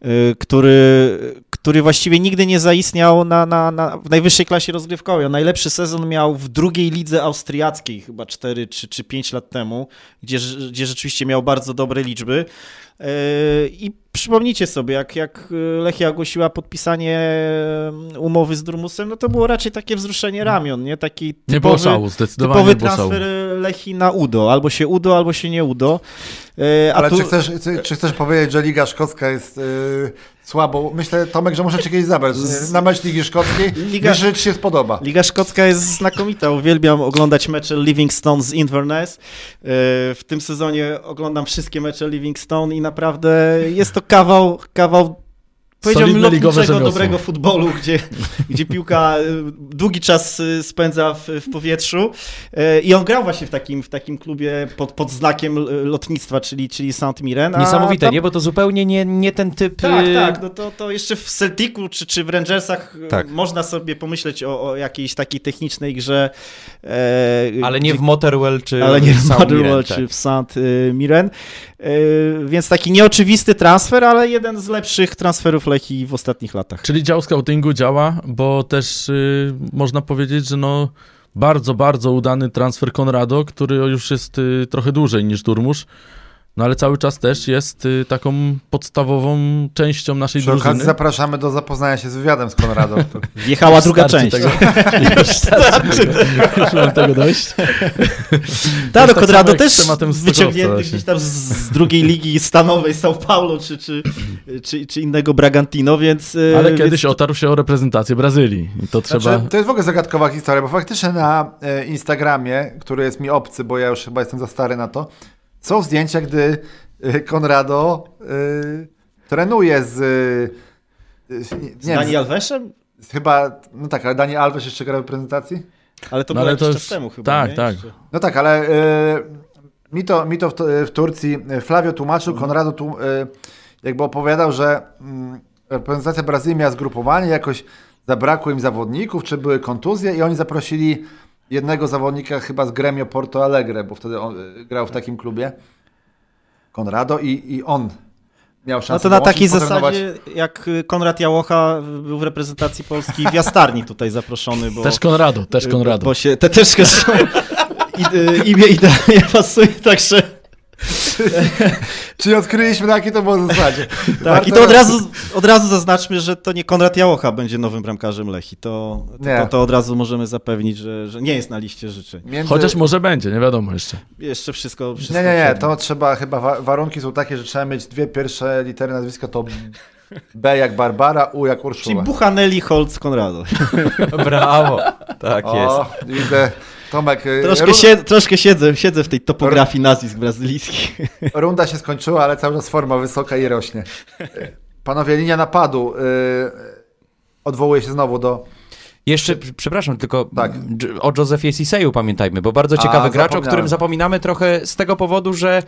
który właściwie nigdy nie zaistniał w najwyższej klasie rozgrywkowej. On najlepszy sezon miał w drugiej lidze austriackiej chyba 4 czy 5 lat temu, gdzie rzeczywiście miał bardzo dobre liczby. I przypomnijcie sobie, jak Lechia ogłosiła podpisanie umowy z Durmusem, no to było raczej takie wzruszenie ramion, nie? Taki Nie było typowy, szału, zdecydowanie typowy nie było szału. transfer Lechii na UDO. Albo się udo, albo się nie udo. Ale czy chcesz powiedzieć, że Liga Szkocka jest słabą? Myślę, Tomek, że muszę cię kiedyś zabrać na mecz Ligi Szkockiej. Myślę, że ci się spodoba. Liga Szkocka jest znakomita. Uwielbiam oglądać mecze Livingstone z Inverness. W tym sezonie oglądam wszystkie mecze Livingstone i naprawdę jest to kawał powiedziałbym, Solidne ligowe lotniczego, rzemiosło. dobrego futbolu, gdzie piłka długi czas spędza w powietrzu. I on grał właśnie w takim klubie pod znakiem lotnictwa, czyli Saint-Mirren. a Niesamowite, tam- nie? Bo to zupełnie nie ten typ... Tak, no to jeszcze w Celticu czy w Rangersach Tak. można sobie pomyśleć o jakiejś takiej technicznej grze. Ale nie w Motherwell czy ale nie w Saint-Mirren, Motherwell tak. czy w Saint-Mirren. Więc taki nieoczywisty transfer, ale jeden z lepszych transferów Lechii w ostatnich latach. Czyli dział scoutingu działa, bo też można powiedzieć, że no bardzo, bardzo udany transfer Konrado, który już jest trochę dłużej niż Durmusz, no ale cały czas też jest taką podstawową częścią naszej Przy okazji drużyny. zapraszamy do zapoznania się z wywiadem z Konradą. Wjechała druga Starczy część. Tego. Już starczy. Już mam tego dość. Tak, do tak Konrado samo jak też z tematem wyciągnięty Stokrowca właśnie. gdzieś tam z drugiej ligi stanowej São Paulo czy innego Bragantino, więc... Ale więc kiedyś otarł się o reprezentację Brazylii. I to trzeba... Znaczy, to jest w ogóle zagadkowa historia, bo faktycznie na Instagramie, który jest mi obcy, bo ja już chyba jestem za stary na to, są zdjęcia, gdy Konrado trenuje z Dani Alvesem? chyba, no tak, ale Dani Alves jeszcze gra w reprezentacji? Ale to No, było ale to jakiś jest- czas temu chyba, tak, nie? tak. Jeszcze. No tak, ale mi to w Turcji Flavio tłumaczył, Konrado jakby opowiadał, że reprezentacja Brazylii miała zgrupowanie, jakoś zabrakło im zawodników, czy były kontuzje i oni zaprosili jednego zawodnika chyba z Gremio Porto Alegre, bo wtedy on grał w takim klubie, Konrado i on miał No szansę to na dołączyć, takiej potrenować. zasadzie, jak Konrad Jałocha był w reprezentacji Polski w Jastarni tutaj zaproszony, bo... Też Konrado, też Konrado. Bo się te też imię idealnie pasuje, także... Czyli odkryliśmy, na jakiej to było zasadzie. Tak, i to od razu zaznaczmy, że to nie Konrad Jałocha będzie nowym bramkarzem Lechii. Nie. To od razu możemy zapewnić, że nie jest na liście życzeń. Chociaż może będzie, nie wiadomo jeszcze. Jeszcze wszystko Nie, przed nim. to trzeba chyba, warunki są takie, że trzeba mieć dwie pierwsze litery nazwiska, to B jak Barbara, U jak Czyli Urszula. Buchanelli, Holz, Konrado. Brawo, tak jest. O, widzę, Tomek, Troszkę siedzę w tej topografii nazwisk brazylijskich. runda się skończyła, ale cały czas forma wysoka i rośnie. Panowie, linia napadu odwołuje się znowu do... Jeszcze, przepraszam, tylko Tak. o Josephie Ciseju pamiętajmy, bo bardzo ciekawy gracz, o zapomniałem. którym zapominamy trochę z tego powodu, że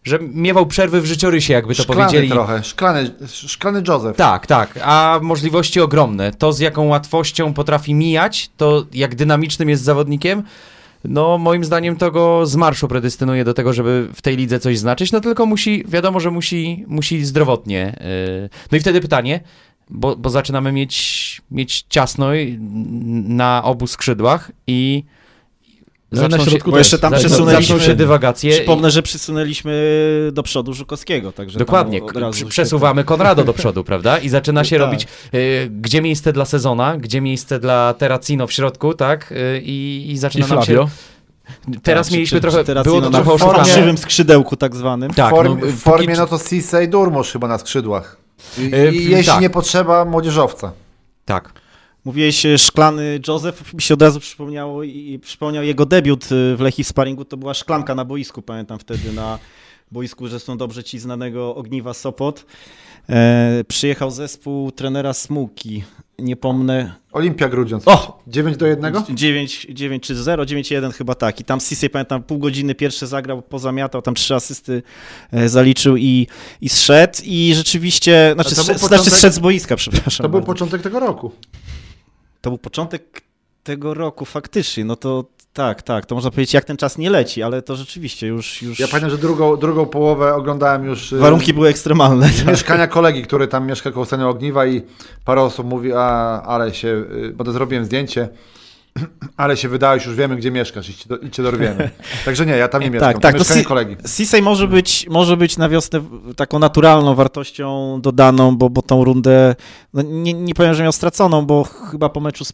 że miewał przerwy w życiorysie, jakby to Szklany powiedzieli. trochę, szklany Joseph. Tak, a możliwości ogromne. To, z jaką łatwością potrafi mijać, to jak dynamicznym jest zawodnikiem, no moim zdaniem to go z marszu predestynuje do tego, żeby w tej lidze coś znaczyć, no tylko wiadomo, że musi zdrowotnie. No i wtedy pytanie, bo zaczynamy mieć ciasno na obu skrzydłach i No i na zaczną środku Bo jeszcze tam zaczną się dywagacje. Przypomnę, że przysunęliśmy do przodu Żukowskiego, także Dokładnie, tam od razu przesuwamy Konrado do przodu, prawda? I zaczyna się Tak. robić, gdzie miejsce dla Sezona, gdzie miejsce dla Terracino w środku, tak? I I zaczyna nam się... Flavio. Teraz mieliśmy trochę, było to na trochę oszukane. żywym skrzydełku tak zwanym. Tak, W formie póki- no to Cisse i Durmusz chyba na skrzydłach. I tak. jeśli nie potrzeba, młodzieżowca. Tak. Mówiłeś szklany Józef, mi się od razu przypomniało i przypomniał jego debiut w Lechii w sparingu, to była szklanka na boisku, pamiętam wtedy na boisku, zresztą dobrze ci znanego Ogniwa Sopot. Przyjechał zespół trenera Smułki, nie pomnę. Olimpia Grudziądz. O! 9-1? 9 czy 0, 9-1 chyba tak. I tam Cisse, pamiętam, pół godziny pierwszy zagrał, pozamiatał, tam 3 asysty zaliczył i zszedł. I rzeczywiście, to był początek- zszedł z boiska, przepraszam. To był bardzo. początek tego roku. To był początek tego roku faktycznie, no to tak, to można powiedzieć, jak ten czas nie leci, ale to rzeczywiście już Ja pamiętam, że drugą połowę oglądałem już warunki były ekstremalne. z mieszkania kolegi, który tam mieszka koło Stadionu Ogniwa i parę osób mówi, ale się, bo to zrobiłem zdjęcie, ale się wydałeś, już wiemy, gdzie mieszkasz i cię dorwiemy. Także nie, ja tam nie mieszkam, Tak, to to mieszkanie kolegi. Cisse może być na wiosnę taką naturalną wartością dodaną, bo tą rundę, no nie powiem, że miał straconą, bo chyba po meczu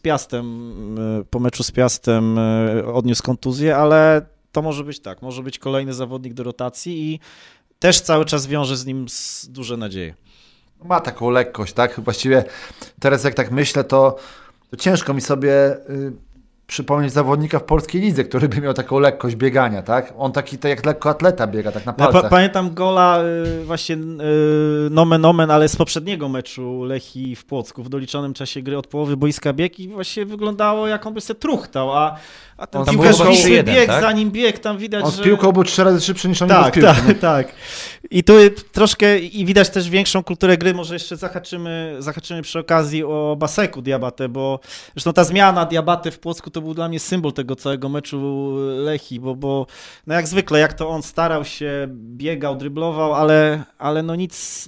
z Piastem odniósł kontuzję, ale to może być tak, może być kolejny zawodnik do rotacji i też cały czas wiąże z nim duże nadzieje. Ma taką lekkość, tak? Właściwie teraz jak tak myślę, to ciężko mi sobie przypomnieć zawodnika w polskiej lidze, który by miał taką lekkość biegania, tak? On taki tak jak lekkoatleta biega, tak na Ja palcach. pamiętam gola właśnie nomen omen, ale z poprzedniego meczu Lechii w Płocku w doliczonym czasie gry od połowy boiska bieg i właśnie wyglądało jak on by se truchtał, a ten On piłkarz było Wisły 2-3-1, bieg, tak? zanim bieg, tam widać, On z że... piłką był 3 razy szybszy niż on był z Tak, piłką. tak, tak. I tu troszkę, i widać też większą kulturę gry, może jeszcze zahaczymy przy okazji o Baseku Diabatę, bo zresztą ta zmiana Diabaty w Płocku to był dla mnie symbol tego całego meczu Lechii, bo no jak zwykle, jak to on starał się, biegał, dryblował, ale no nic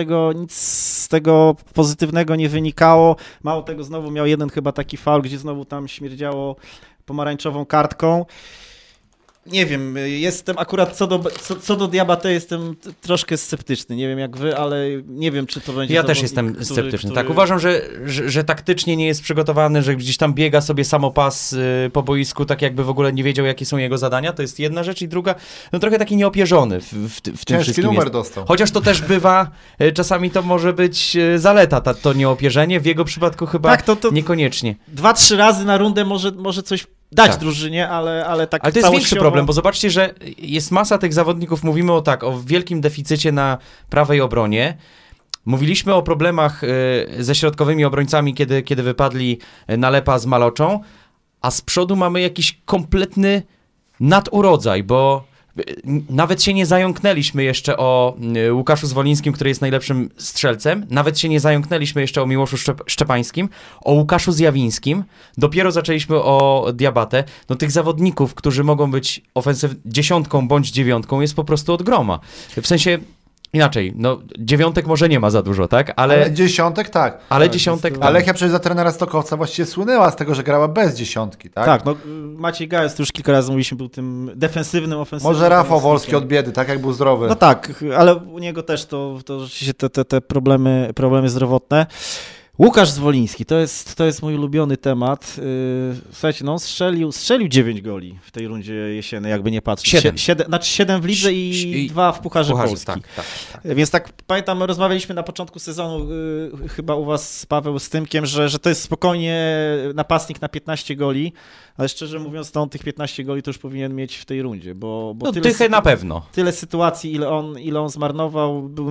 z tego pozytywnego nie wynikało. Mało tego, znowu miał jeden chyba taki faul, gdzie znowu tam śmierdziało pomarańczową kartką. Nie wiem, jestem akurat co do Diabaty jestem troszkę sceptyczny. Nie wiem jak wy, ale nie wiem, czy to będzie Ja też zawodnik, jestem sceptyczny. który... Tak, uważam, że taktycznie nie jest przygotowany, że gdzieś tam biega sobie samopas po boisku, tak jakby w ogóle nie wiedział, jakie są jego zadania. To jest jedna rzecz i druga, no trochę taki nieopierzony w tym Ciężki wszystkim numer jest. dostał. Chociaż to też bywa, czasami to może być zaleta, to nieopierzenie. W jego przypadku chyba Tak, to niekoniecznie. 2-3 razy na rundę może coś dać Tak. drużynie, ale tak Ale to jest większy całościowo- problem, bo zobaczcie, że jest masa tych zawodników, mówimy o wielkim deficycie na prawej obronie. Mówiliśmy o problemach ze środkowymi obrońcami, kiedy wypadli Nalepa z Maloczą, a z przodu mamy jakiś kompletny nadurodzaj, bo nawet się nie zająknęliśmy jeszcze o Łukaszu Zwolińskim, który jest najlepszym strzelcem, nawet się nie zająknęliśmy jeszcze o Miłoszu Szczepańskim, o Łukaszu Zjawińskim, dopiero zaczęliśmy o Diabatę. No tych zawodników, którzy mogą być dziesiątką bądź dziewiątką, jest po prostu od groma. W sensie inaczej, no dziewiątek może nie ma za dużo, tak? Ale dziesiątek tak. Ale dziesiątek A tak. Lechia przecież za trenera Stokowca właściwie słynęła z tego, że grała bez dziesiątki, tak? Tak, no Maciej Gajos, to już kilka razy mówiliśmy, był tym defensywnym, ofensywnym. Może Rafał pomocnikiem. Wolski od biedy, tak jak był zdrowy. No tak, ale u niego też to rzeczywiście te problemy zdrowotne. Łukasz Zwoliński, to jest mój ulubiony temat. Słuchajcie, no on strzelił 9 goli w tej rundzie jesiennej, jakby nie patrzeć. 7 w lidze i 2 w Pucharze Polski. Tak. Więc tak pamiętam, rozmawialiśmy na początku sezonu chyba u was z Paweł z Tymkiem, że to jest spokojnie napastnik na 15 goli, ale szczerze mówiąc, to on tych 15 goli to już powinien mieć w tej rundzie, bo No tychę na pewno. tyle sytuacji, ile on zmarnował,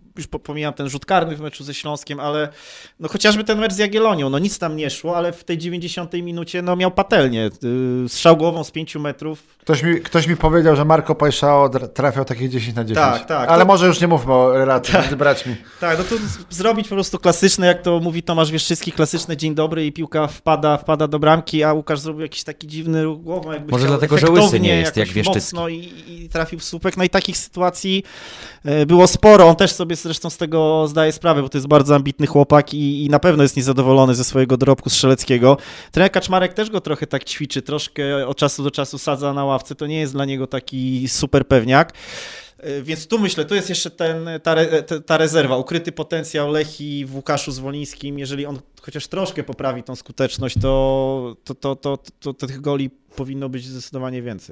już pomijam ten rzut karny w meczu ze Śląskiem, ale no chociażby ten mecz z Jagiellonią, no nic tam nie szło, ale w tej 90 minucie no miał patelnię, strzał głową z 5 metrów. Ktoś mi powiedział, że Marco Pajszao trafiał takich 10 na 10. Tak. Ale może już nie mówmy o relacji między braćmi. Tak, no to zrobić po prostu klasyczne, jak to mówi Tomasz Wieszczycki, klasyczne dzień dobry i piłka wpada do bramki, a Łukasz zrobił jakiś taki dziwny ruch głową, jakby Może chciał dlatego, że łysy nie jest jakoś jak Wieszczycki. mocno i trafił w słupek. No i takich sytuacji było sporo. On też sobie zresztą z tego zdaje sprawę, bo to jest bardzo ambitny chłopak i na pewno jest niezadowolony ze swojego dorobku strzeleckiego. Trener Kaczmarek też go trochę tak ćwiczy, troszkę od czasu do czasu sadza na ławce. To nie jest dla niego taki super pewniak. Więc tu myślę, to jest jeszcze ta rezerwa, ukryty potencjał Lechii w Łukaszu Zwolińskim. Jeżeli on chociaż troszkę poprawi tą skuteczność, to tych goli powinno być zdecydowanie więcej.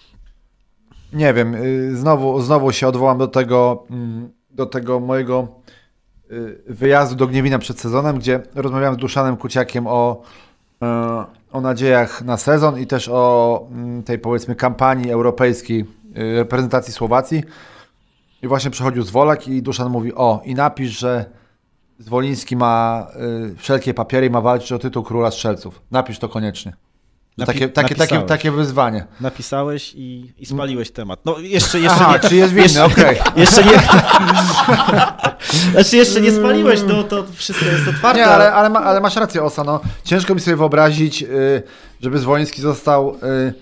Nie wiem, znowu się odwołam do tego mojego wyjazdu do Gniewina przed sezonem, gdzie rozmawiałem z Duszanem Kuciakiem o nadziejach na sezon i też o tej, powiedzmy, kampanii europejskiej reprezentacji Słowacji. I właśnie przychodził Zwolak i Duszan mówi: i napisz, że Zwoliński ma wszelkie papiery i ma walczyć o tytuł króla strzelców. Napisz to koniecznie. Takie wyzwanie. Napisałeś i spaliłeś temat. No jeszcze Aha, nie, czy jest winny, okej. Jeszcze nie. Znaczy jeszcze nie spaliłeś, no to wszystko jest otwarte. Nie, ale masz rację, Osa. No, ciężko mi sobie wyobrazić, żeby Zwoliński został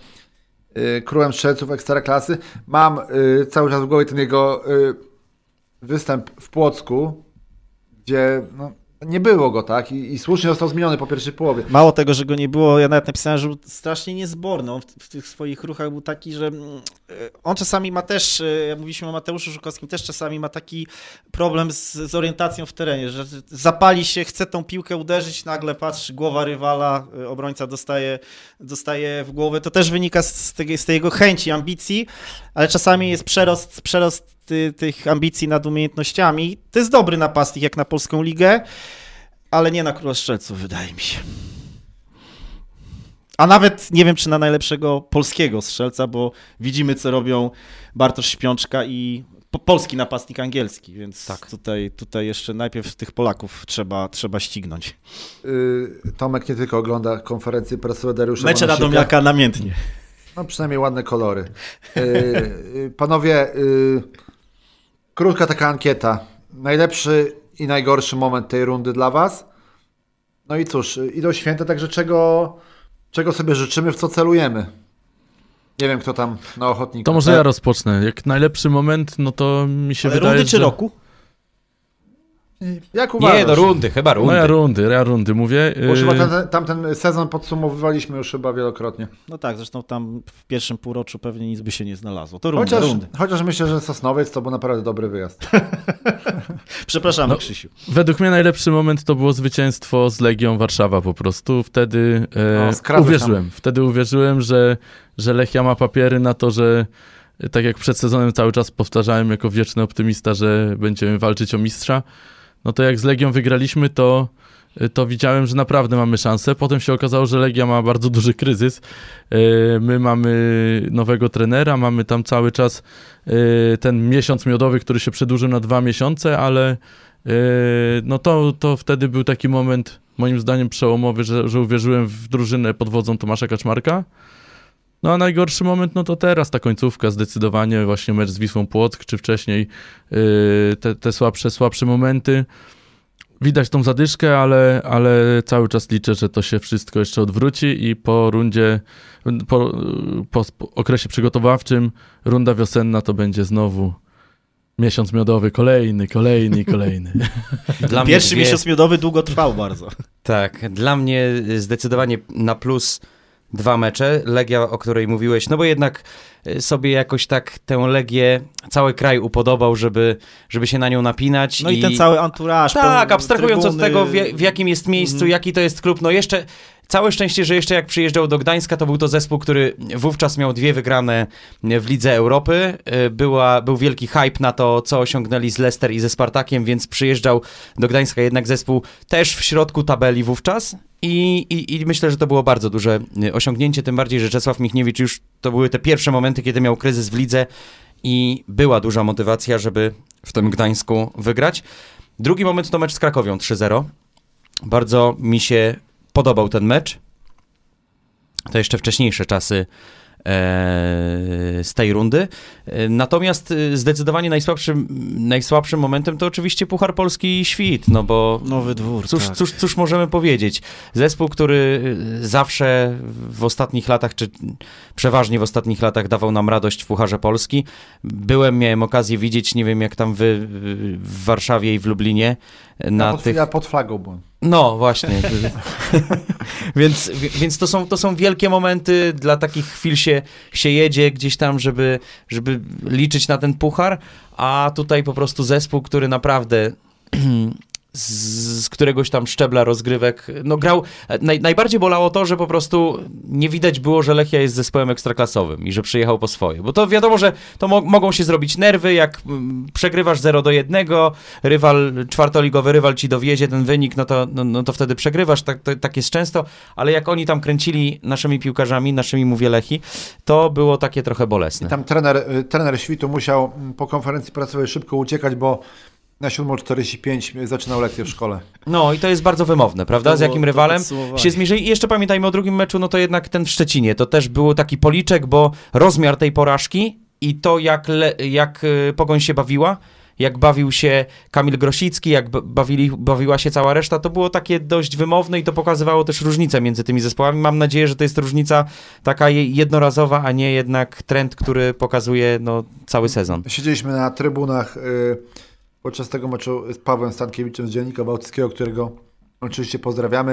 królem strzelców ekstraklasy. Mam cały czas w głowie ten jego występ w Płocku, gdzie nie było go, tak? I słusznie został zmieniony po pierwszej połowie. Mało tego, że go nie było, ja nawet napisałem, że był strasznie niezborny. On w tych swoich ruchach był taki, że on czasami ma też, jak mówiliśmy o Mateuszu Żukowskim, też czasami ma taki problem z orientacją w terenie, że zapali się, chce tą piłkę uderzyć, nagle patrzy, głowa rywala, obrońca dostaje w głowę. To też wynika z tej jego chęci, ambicji, ale czasami jest przerost tych ambicji nad umiejętnościami. To jest dobry napastnik jak na polską ligę, ale nie na króla strzelców, wydaje mi się. A nawet nie wiem, czy na najlepszego polskiego strzelca, bo widzimy, co robią Bartosz Śpiączka i polski napastnik angielski, więc tak. Tutaj jeszcze najpierw tych Polaków trzeba ścignąć. Tomek nie tylko ogląda konferencje prasowe Dariusza Mecze Radomiaka namiętnie. No przynajmniej ładne kolory. Panowie, krótka taka ankieta. Najlepszy i najgorszy moment tej rundy dla was? No i cóż, idą święta, także czego sobie życzymy, w co celujemy? Nie wiem, kto tam na ochotnika. To może ja rozpocznę. Jak najlepszy moment, no to mi się wydaje, rundy czy roku? Jak uważasz? Nie, do rundy, chyba rundy. No ja rundy mówię. Bo już chyba tamten sezon podsumowywaliśmy już chyba wielokrotnie. No tak, zresztą tam w pierwszym półroczu pewnie nic by się nie znalazło. To rundy. Chociaż myślę, że Sosnowiec to był naprawdę dobry wyjazd. Przepraszamy, Krzysiu. Według mnie najlepszy moment to było zwycięstwo z Legią Warszawa po prostu. Wtedy uwierzyłem, że Lechia ma papiery na to, że tak jak przed sezonem cały czas powtarzałem jako wieczny optymista, że będziemy walczyć o mistrza. No to jak z Legią wygraliśmy, to widziałem, że naprawdę mamy szansę. Potem się okazało, że Legia ma bardzo duży kryzys. My mamy nowego trenera, mamy tam cały czas ten miesiąc miodowy, który się przedłużył na 2 miesiące, ale no to wtedy był taki moment, moim zdaniem przełomowy, że uwierzyłem w drużynę pod wodzą Tomasza Kaczmarka. No a najgorszy moment, no to teraz ta końcówka, zdecydowanie właśnie mecz z Wisłą Płock, czy wcześniej te słabsze momenty. Widać tą zadyszkę, ale cały czas liczę, że to się wszystko jeszcze odwróci i po rundzie, po okresie przygotowawczym, runda wiosenna to będzie znowu miesiąc miodowy, kolejny. Pierwszy miesiąc miodowy długo trwał bardzo. Tak, dla mnie zdecydowanie na plus 2 mecze. Legia, o której mówiłeś, no bo jednak sobie jakoś tak tę Legię cały kraj upodobał, żeby się na nią napinać. No i ten cały anturaż. Tak, abstrahując od tego, w jakim jest miejscu, jaki to jest klub, no jeszcze całe szczęście, że jeszcze jak przyjeżdżał do Gdańska, to był to zespół, który wówczas miał 2 wygrane w Lidze Europy. Był wielki hype na to, co osiągnęli z Leicester i ze Spartakiem, więc przyjeżdżał do Gdańska jednak zespół też w środku tabeli wówczas. I myślę, że to było bardzo duże osiągnięcie, tym bardziej, że Czesław Michniewicz już to były te pierwsze momenty, kiedy miał kryzys w lidze i była duża motywacja, żeby w tym Gdańsku wygrać. Drugi moment to mecz z Krakowią 3-0. Bardzo mi się podobał ten mecz. To jeszcze wcześniejsze czasy z tej rundy. Natomiast zdecydowanie najsłabszym momentem to oczywiście Puchar Polski i Świt, no bo Nowy Dwór, cóż możemy powiedzieć? Zespół, który zawsze w ostatnich latach, czy przeważnie w ostatnich latach dawał nam radość w Pucharze Polski. Miałem okazję widzieć, nie wiem jak tam wy w Warszawie i w Lublinie. Ja pod flagą byłem. No właśnie. więc to są wielkie momenty, dla takich chwil się jedzie gdzieś tam, żeby liczyć na ten puchar, a tutaj po prostu zespół, który naprawdę z któregoś tam szczebla rozgrywek, no grał, najbardziej bolało to, że po prostu nie widać było, że Lechia jest zespołem ekstraklasowym i że przyjechał po swoje, bo to wiadomo, że to mogą się zrobić nerwy, jak przegrywasz 0-1, czwartoligowy rywal ci dowiezie ten wynik, no to wtedy przegrywasz, tak jest często, ale jak oni tam kręcili naszymi piłkarzami, naszymi mówię Lechi, to było takie trochę bolesne. I tam trener Świtu musiał po konferencji prasowej szybko uciekać, bo na 7:45 zaczynał lekcję w szkole. No i to jest bardzo wymowne, prawda? Z jakim rywalem się zmierzyli. I jeszcze pamiętajmy o drugim meczu, no to jednak ten w Szczecinie. To też był taki policzek, bo rozmiar tej porażki i to jak Pogoń się bawiła, jak bawił się Kamil Grosicki, jak bawiła się cała reszta, to było takie dość wymowne i to pokazywało też różnicę między tymi zespołami. Mam nadzieję, że to jest różnica taka jednorazowa, a nie jednak trend, który pokazuje cały sezon. Siedzieliśmy na trybunach podczas tego meczu z Pawłem Stankiewiczem z Dziennika Bałtyckiego, którego oczywiście pozdrawiamy.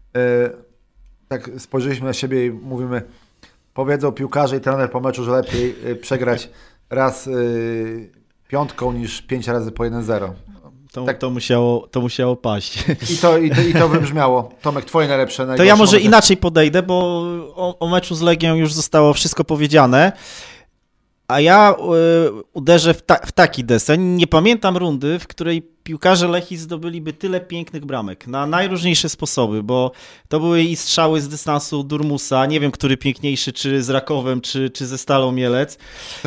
Tak spojrzeliśmy na siebie i mówimy, powiedzą piłkarze i trener po meczu, że lepiej przegrać raz piątką niż 5 razy po 1-0. To musiało paść. I to wybrzmiało. Tomek, twoje najlepsze. To ja może inaczej podejdę, bo o meczu z Legią już zostało wszystko powiedziane. A ja uderzę w taki deseń. Nie pamiętam rundy, w której piłkarze Lechii zdobyliby tyle pięknych bramek na najróżniejsze sposoby, bo to były i strzały z dystansu Durmusa, nie wiem, który piękniejszy, czy z Rakowem, czy ze Stalą Mielec.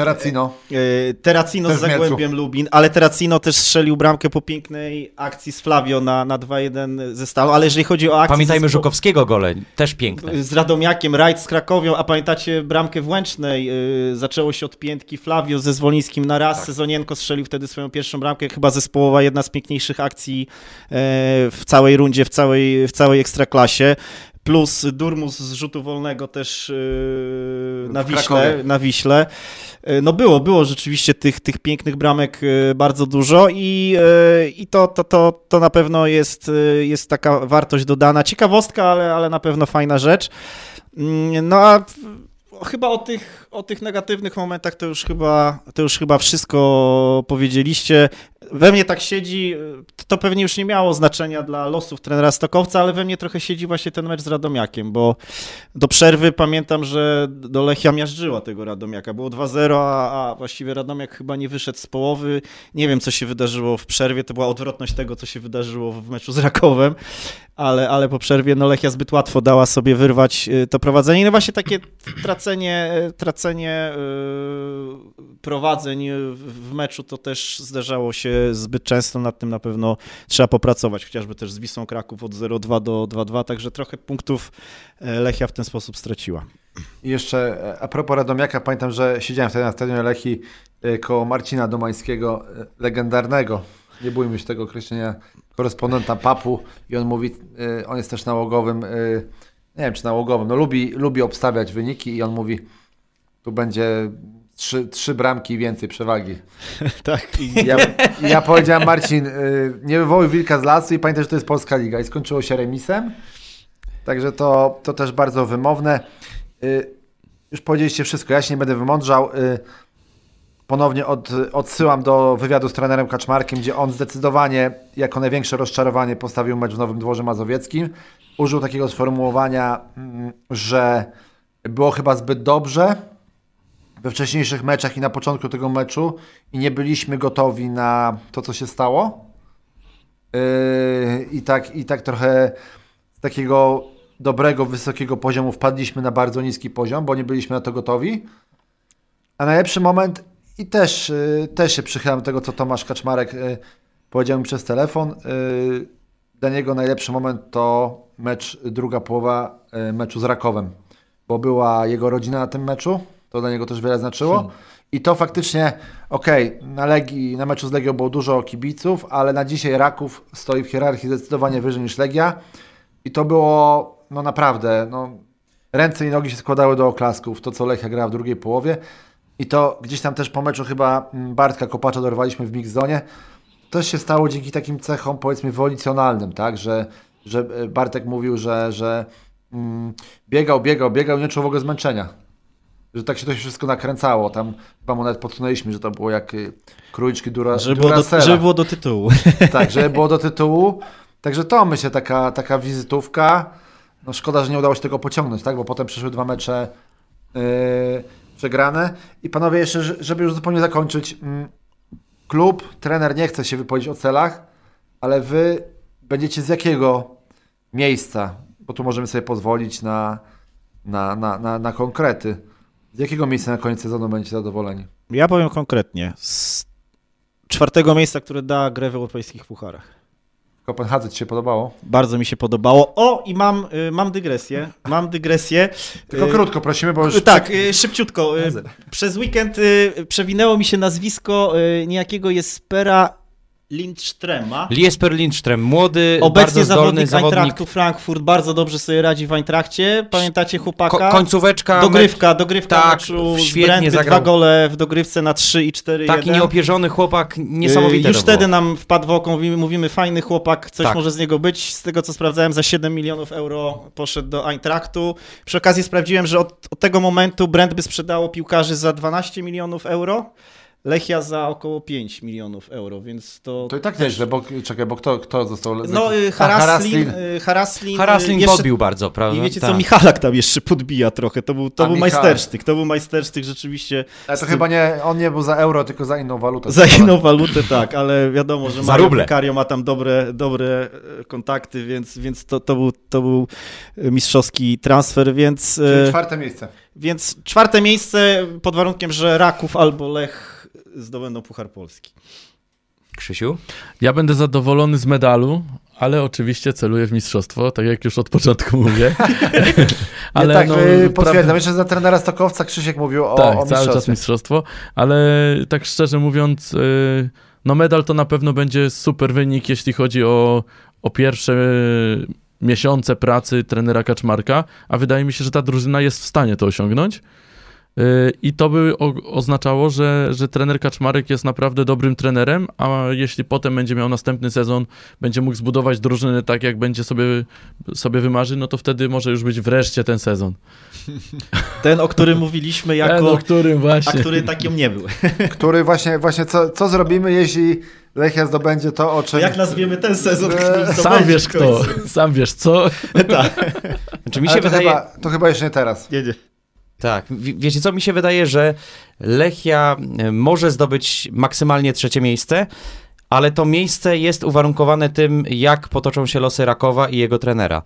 Terracino z Zagłębiem Lubin, ale Terracino też strzelił bramkę po pięknej akcji z Flavio na 2-1 ze Stalą, ale jeżeli chodzi o akcję... Pamiętajmy Żukowskiego gole, też piękne. Z Radomiakiem, Rajd z Krakowią, a pamiętacie bramkę w Łęcznej? Zaczęło się od piętki Flavio ze Zwolińskim na raz, Sezonienko strzelił wtedy swoją pierwszą bramkę, chyba zespołowa, jedna z piękniejszych akcji w całej rundzie, w całej ekstraklasie. Plus Durmus z rzutu wolnego też na Wiśle. No było rzeczywiście tych pięknych bramek bardzo dużo i to na pewno jest taka wartość dodana. Ciekawostka, ale na pewno fajna rzecz. No a chyba o tych negatywnych momentach to już chyba wszystko powiedzieliście. We mnie tak siedzi, to pewnie już nie miało znaczenia dla losów trenera Stokowca, ale we mnie trochę siedzi właśnie ten mecz z Radomiakiem, bo do przerwy pamiętam, że do Lechia miażdżyła tego Radomiaka. Było 2-0, a właściwie Radomiak chyba nie wyszedł z połowy. Nie wiem, co się wydarzyło w przerwie, to była odwrotność tego, co się wydarzyło w meczu z Rakowem, ale po przerwie Lechia zbyt łatwo dała sobie wyrwać to prowadzenie. No właśnie takie tracenie prowadzeń w meczu to też zdarzało się zbyt często, nad tym na pewno trzeba popracować, chociażby też z Wisłą Kraków od 0-2 do 2-2, także trochę punktów Lechia w ten sposób straciła. I jeszcze a propos Radomiaka, pamiętam, że siedziałem wtedy na stadionie Lechii koło Marcina Domańskiego, legendarnego, nie bójmy się tego określenia, korespondenta PAP-u i on mówi, on jest też nałogowym, nie wiem czy nałogowym, no lubi obstawiać wyniki i on mówi, tu będzie 3 bramki i więcej przewagi. Tak. Ja powiedziałem, Marcin, nie wywołuj wilka z lasu i pamiętaj, że to jest Polska Liga i skończyło się remisem, także to też bardzo wymowne. Już powiedzieliście wszystko, ja się nie będę wymądrzał. Ponownie odsyłam do wywiadu z trenerem Kaczmarkiem, gdzie on zdecydowanie jako największe rozczarowanie postawił mecz w Nowym Dworze Mazowieckim. Użył takiego sformułowania, że było chyba zbyt dobrze we wcześniejszych meczach i na początku tego meczu i nie byliśmy gotowi na to, co się stało. I tak trochę z takiego dobrego, wysokiego poziomu wpadliśmy na bardzo niski poziom, bo nie byliśmy na to gotowi. A najlepszy moment, I też się przychylam do tego, co Tomasz Kaczmarek powiedział mi przez telefon. Dla niego najlepszy moment to druga połowa meczu z Rakowem, bo była jego rodzina na tym meczu, to dla niego też wiele znaczyło. I to faktycznie, na meczu z Legią było dużo kibiców, ale na dzisiaj Raków stoi w hierarchii zdecydowanie wyżej niż Legia. I to było naprawdę, ręce i nogi się składały do oklasków, to co Lechia grała w drugiej połowie. I to gdzieś tam też po meczu chyba Bartka Kopacza dorwaliśmy w mix-zonie. To się stało dzięki takim cechom, powiedzmy, wolicjonalnym, tak? Że Bartek mówił, że biegał, nie czuł w ogóle zmęczenia. Że tak się to wszystko nakręcało. Tam chyba mu nawet podsunęliśmy, że to było jak króliczki Duracella. Żeby było do tytułu. Tak, żeby było do tytułu. Także to myślę taka wizytówka. No szkoda, że nie udało się tego pociągnąć, tak? Bo potem przyszły 2 mecze przegrane. I panowie, jeszcze, żeby już zupełnie zakończyć, klub, trener nie chce się wypowiedzieć o celach, ale wy będziecie z jakiego miejsca, bo tu możemy sobie pozwolić na konkrety. Z jakiego miejsca na koniec sezonu będziecie zadowoleni? Ja powiem konkretnie. Z 4. miejsca, które da grę w europejskich pucharach. Kopenhadze ci się podobało? Bardzo mi się podobało. O, i mam dygresję. Tylko krótko prosimy, bo już... Tak, szybciutko. Przez weekend przewinęło mi się nazwisko niejakiego Jespera Lindströma. Jesper Lindström, młody, obecnie bardzo zdolny zawodnik. Eintrachtu Frankfurt, bardzo dobrze sobie radzi w Eintrachcie. Pamiętacie chłopaka? Końcóweczka. Dogrywka tak, meczu z świetnie Brentby, zagrał. 2 gole w dogrywce na 3 i 4-1. Taki nieopierzony chłopak, niesamowite. Już to wtedy było. nam wpadł w oko, mówimy fajny chłopak, coś Tak. może z niego być. Z tego co sprawdzałem, za 7 milionów euro poszedł do Eintrachtu. Przy okazji sprawdziłem, że od tego momentu Brentby sprzedało piłkarzy za 12 milionów euro. Lechia za około 5 milionów euro, więc to... To i tak nieźle, bo kto został... No, Haraslin jeszcze... podbił bardzo, prawda? I wiecie Tak. co, Michalak tam jeszcze podbija trochę, to był Michał. majstersztyk, rzeczywiście. Ale to chyba on nie był za euro, tylko za inną walutę. Za inną walutę, tak, ale wiadomo, że Za Mario ruble. Vicario ma tam dobre kontakty, więc to był mistrzowski transfer, więc... Czyli 4. miejsce. Więc 4. miejsce pod warunkiem, że Raków albo Lech zdobędą Puchar Polski. Krzysiu? Ja będę zadowolony z medalu, ale oczywiście celuję w mistrzostwo, tak jak już od początku mówię. Ale tak, potwierdzam. Jeszcze za trenera Stokowca Krzysiek mówił o cały mistrzostwie. czas mistrzostwo, ale tak szczerze mówiąc, medal to na pewno będzie super wynik, jeśli chodzi o pierwsze miesiące pracy trenera Kaczmarka, a wydaje mi się, że ta drużyna jest w stanie to osiągnąć. I to by oznaczało, że trener Kaczmarek jest naprawdę dobrym trenerem, a jeśli potem będzie miał następny sezon, będzie mógł zbudować drużynę tak, jak będzie sobie wymarzy, no to wtedy może już być wreszcie ten sezon. Ten, o którym mówiliśmy a który takim nie był. Który właśnie co zrobimy, jeśli Lechia zdobędzie to, o czym... Jak nazwiemy ten sezon, Sam wiesz kto, sam wiesz co. Tak. Znaczy, mi się wydaje... To chyba jeszcze nie teraz. Nie. Tak, wiecie co, mi się wydaje, że Lechia może zdobyć maksymalnie 3. miejsce, ale to miejsce jest uwarunkowane tym, jak potoczą się losy Rakowa i jego trenera,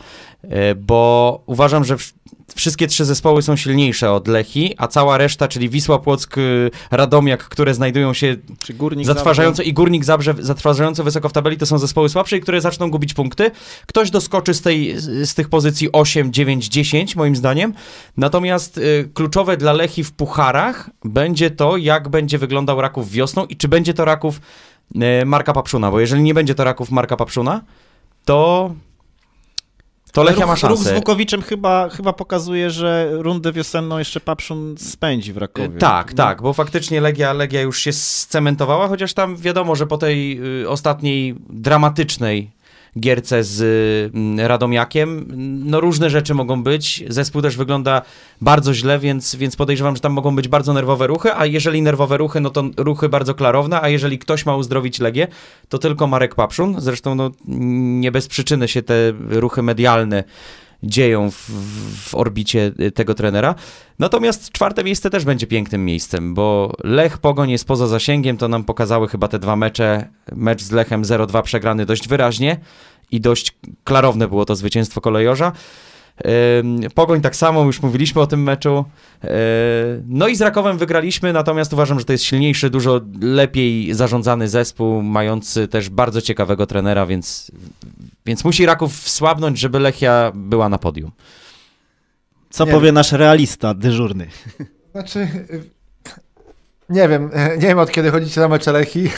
bo uważam, że wszystkie 3 zespoły są silniejsze od Lechii, a cała reszta, czyli Wisła Płock, Radomiak, które znajdują się zatrważająco i Górnik Zabrze zatrważająco wysoko w tabeli, to są zespoły słabsze i które zaczną gubić punkty. Ktoś doskoczy z tych pozycji 8, 9, 10 moim zdaniem. Natomiast kluczowe dla Lechii w pucharach będzie to, jak będzie wyglądał Raków wiosną i czy będzie to Raków Marka Papszuna, bo jeżeli nie będzie to Raków Marka Papszuna, to Lechia ma szansę. Ruch z Wukowiczem chyba pokazuje, że rundę wiosenną jeszcze Papszun spędzi w Rakowie. Tak, bo faktycznie Legia już się scementowała, chociaż tam wiadomo, że po tej ostatniej dramatycznej gierce z Radomiakiem, no różne rzeczy mogą być. Zespół też wygląda bardzo źle, więc podejrzewam, że tam mogą być bardzo nerwowe ruchy, a jeżeli nerwowe ruchy, no to ruchy bardzo klarowne, a jeżeli ktoś ma uzdrowić Legię, to tylko Marek Papszun. Zresztą no, nie bez przyczyny się te ruchy medialne dzieją w orbicie tego trenera. Natomiast 4. miejsce też będzie pięknym miejscem, bo Lech Pogoń jest poza zasięgiem, to nam pokazały chyba te 2 mecze. Mecz z Lechem 0-2 przegrany dość wyraźnie i dość klarowne było to zwycięstwo kolejorza. Pogoń tak samo, już mówiliśmy o tym meczu. No i z Rakowem wygraliśmy, natomiast uważam, że to jest silniejszy, dużo lepiej zarządzany zespół, mający też bardzo ciekawego trenera, więc musi Raków słabnąć, żeby Lechia była na podium. Co Nie powie wiem. nasz realista, dyżurny? Znaczy, nie wiem od kiedy chodzicie na mecze Lechii.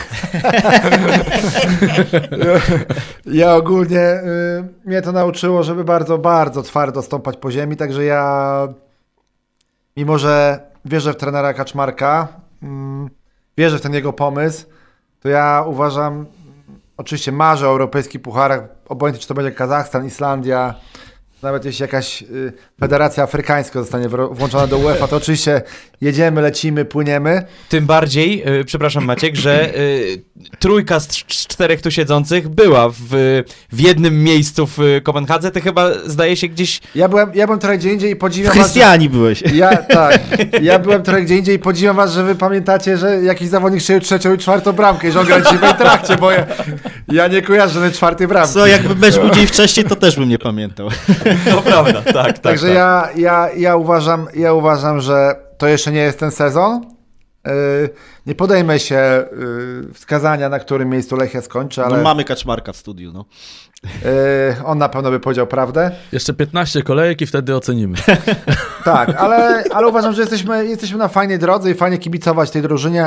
Ja ogólnie, mnie to nauczyło, żeby bardzo, bardzo twardo stąpać po ziemi, także ja, mimo że wierzę w trenera Kaczmarka, wierzę w ten jego pomysł, to ja uważam, oczywiście marzę o europejskich pucharach, obojętnie czy to będzie Kazachstan, Islandia, nawet jeśli jakaś federacja afrykańska zostanie włączona do UEFA, to oczywiście jedziemy, lecimy, płyniemy. Tym bardziej, przepraszam Maciek, że trójka z czterech tu siedzących była w jednym miejscu w Kopenhadze. Ty chyba, zdaje się, gdzieś... Ja byłem trochę gdzie indziej i podziwiam was, Chrystiani byłeś. ja byłem trochę gdzie indziej i podziwiam was, że wy pamiętacie, że jakiś zawodnik strzelił 3. i 4. bramkę i że on gra dzisiaj w Eintrachcie, bo ja nie kojarzę żadnej 4. bramki. Co, jakby mecz był dzień wcześniej, to też bym nie pamiętał. No prawda, tak. Także ja uważam, że to jeszcze nie jest ten sezon. Nie podejmę się wskazania, na którym miejscu Lechia skończy, ale No, mamy Kaczmarka w studiu, no. on na pewno by powiedział prawdę. Jeszcze 15 kolejek i wtedy ocenimy. Tak, ale uważam, że jesteśmy na fajnej drodze i fajnie kibicować tej drużynie.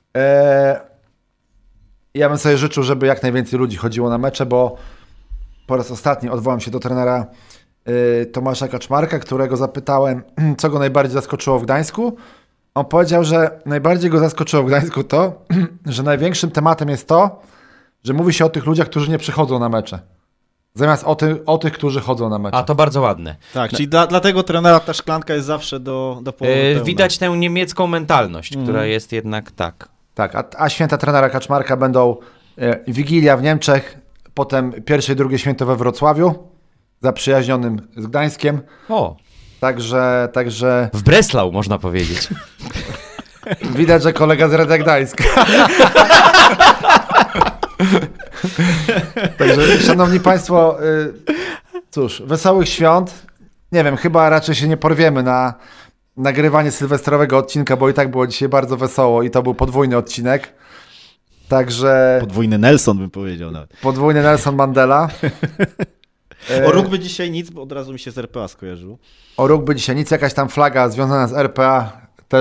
Ja bym sobie życzył, żeby jak najwięcej ludzi chodziło na mecze, bo po raz ostatni odwołam się do trenera Tomasza Kaczmarka, którego zapytałem, co go najbardziej zaskoczyło w Gdańsku. On powiedział, że najbardziej go zaskoczyło w Gdańsku to, że największym tematem jest to, że mówi się o tych ludziach, którzy nie przychodzą na mecze. Zamiast o tych, którzy chodzą na mecze. A to bardzo ładne. Tak, czyli dla tego trenera ta szklanka jest zawsze do połowy pełna. Widać tę niemiecką mentalność, która jest jednak tak. Tak, a święta trenera Kaczmarka będą Wigilia w Niemczech, potem pierwsze i drugie święto we Wrocławiu, zaprzyjaźnionym z Gdańskiem. O, Także w Breslau można powiedzieć. widać, że kolega z Reda Gdańska. Także, szanowni państwo, cóż, wesołych świąt. Nie wiem, chyba raczej się nie porwiemy na nagrywanie sylwestrowego odcinka, bo i tak było dzisiaj bardzo wesoło i to był podwójny odcinek. Także Podwójny Nelson bym powiedział nawet. podwójny Nelson Mandela. O rugby dzisiaj nic, bo od razu mi się z RPA skojarzyło. O rugby dzisiaj nic, jakaś tam flaga związana z RPA,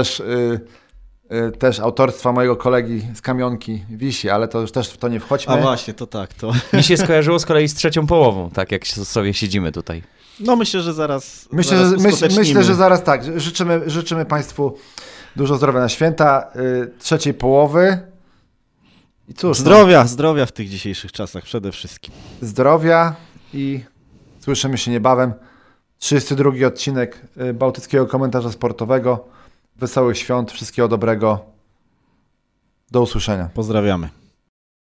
też autorstwa mojego kolegi z Kamionki wisi, ale to już też w to nie wchodźmy. A właśnie, to tak, to... Mi się skojarzyło z kolei z trzecią połową, tak jak sobie siedzimy tutaj. No myślę, że zaraz Myślę, że zaraz tak. Życzymy Państwu dużo zdrowia na święta, trzeciej połowy. I cóż, Zdrowia w tych dzisiejszych czasach przede wszystkim. zdrowia i słyszymy się niebawem. 32 odcinek Bałtyckiego Komentarza Sportowego. Wesołych świąt, wszystkiego dobrego. Do usłyszenia. Pozdrawiamy.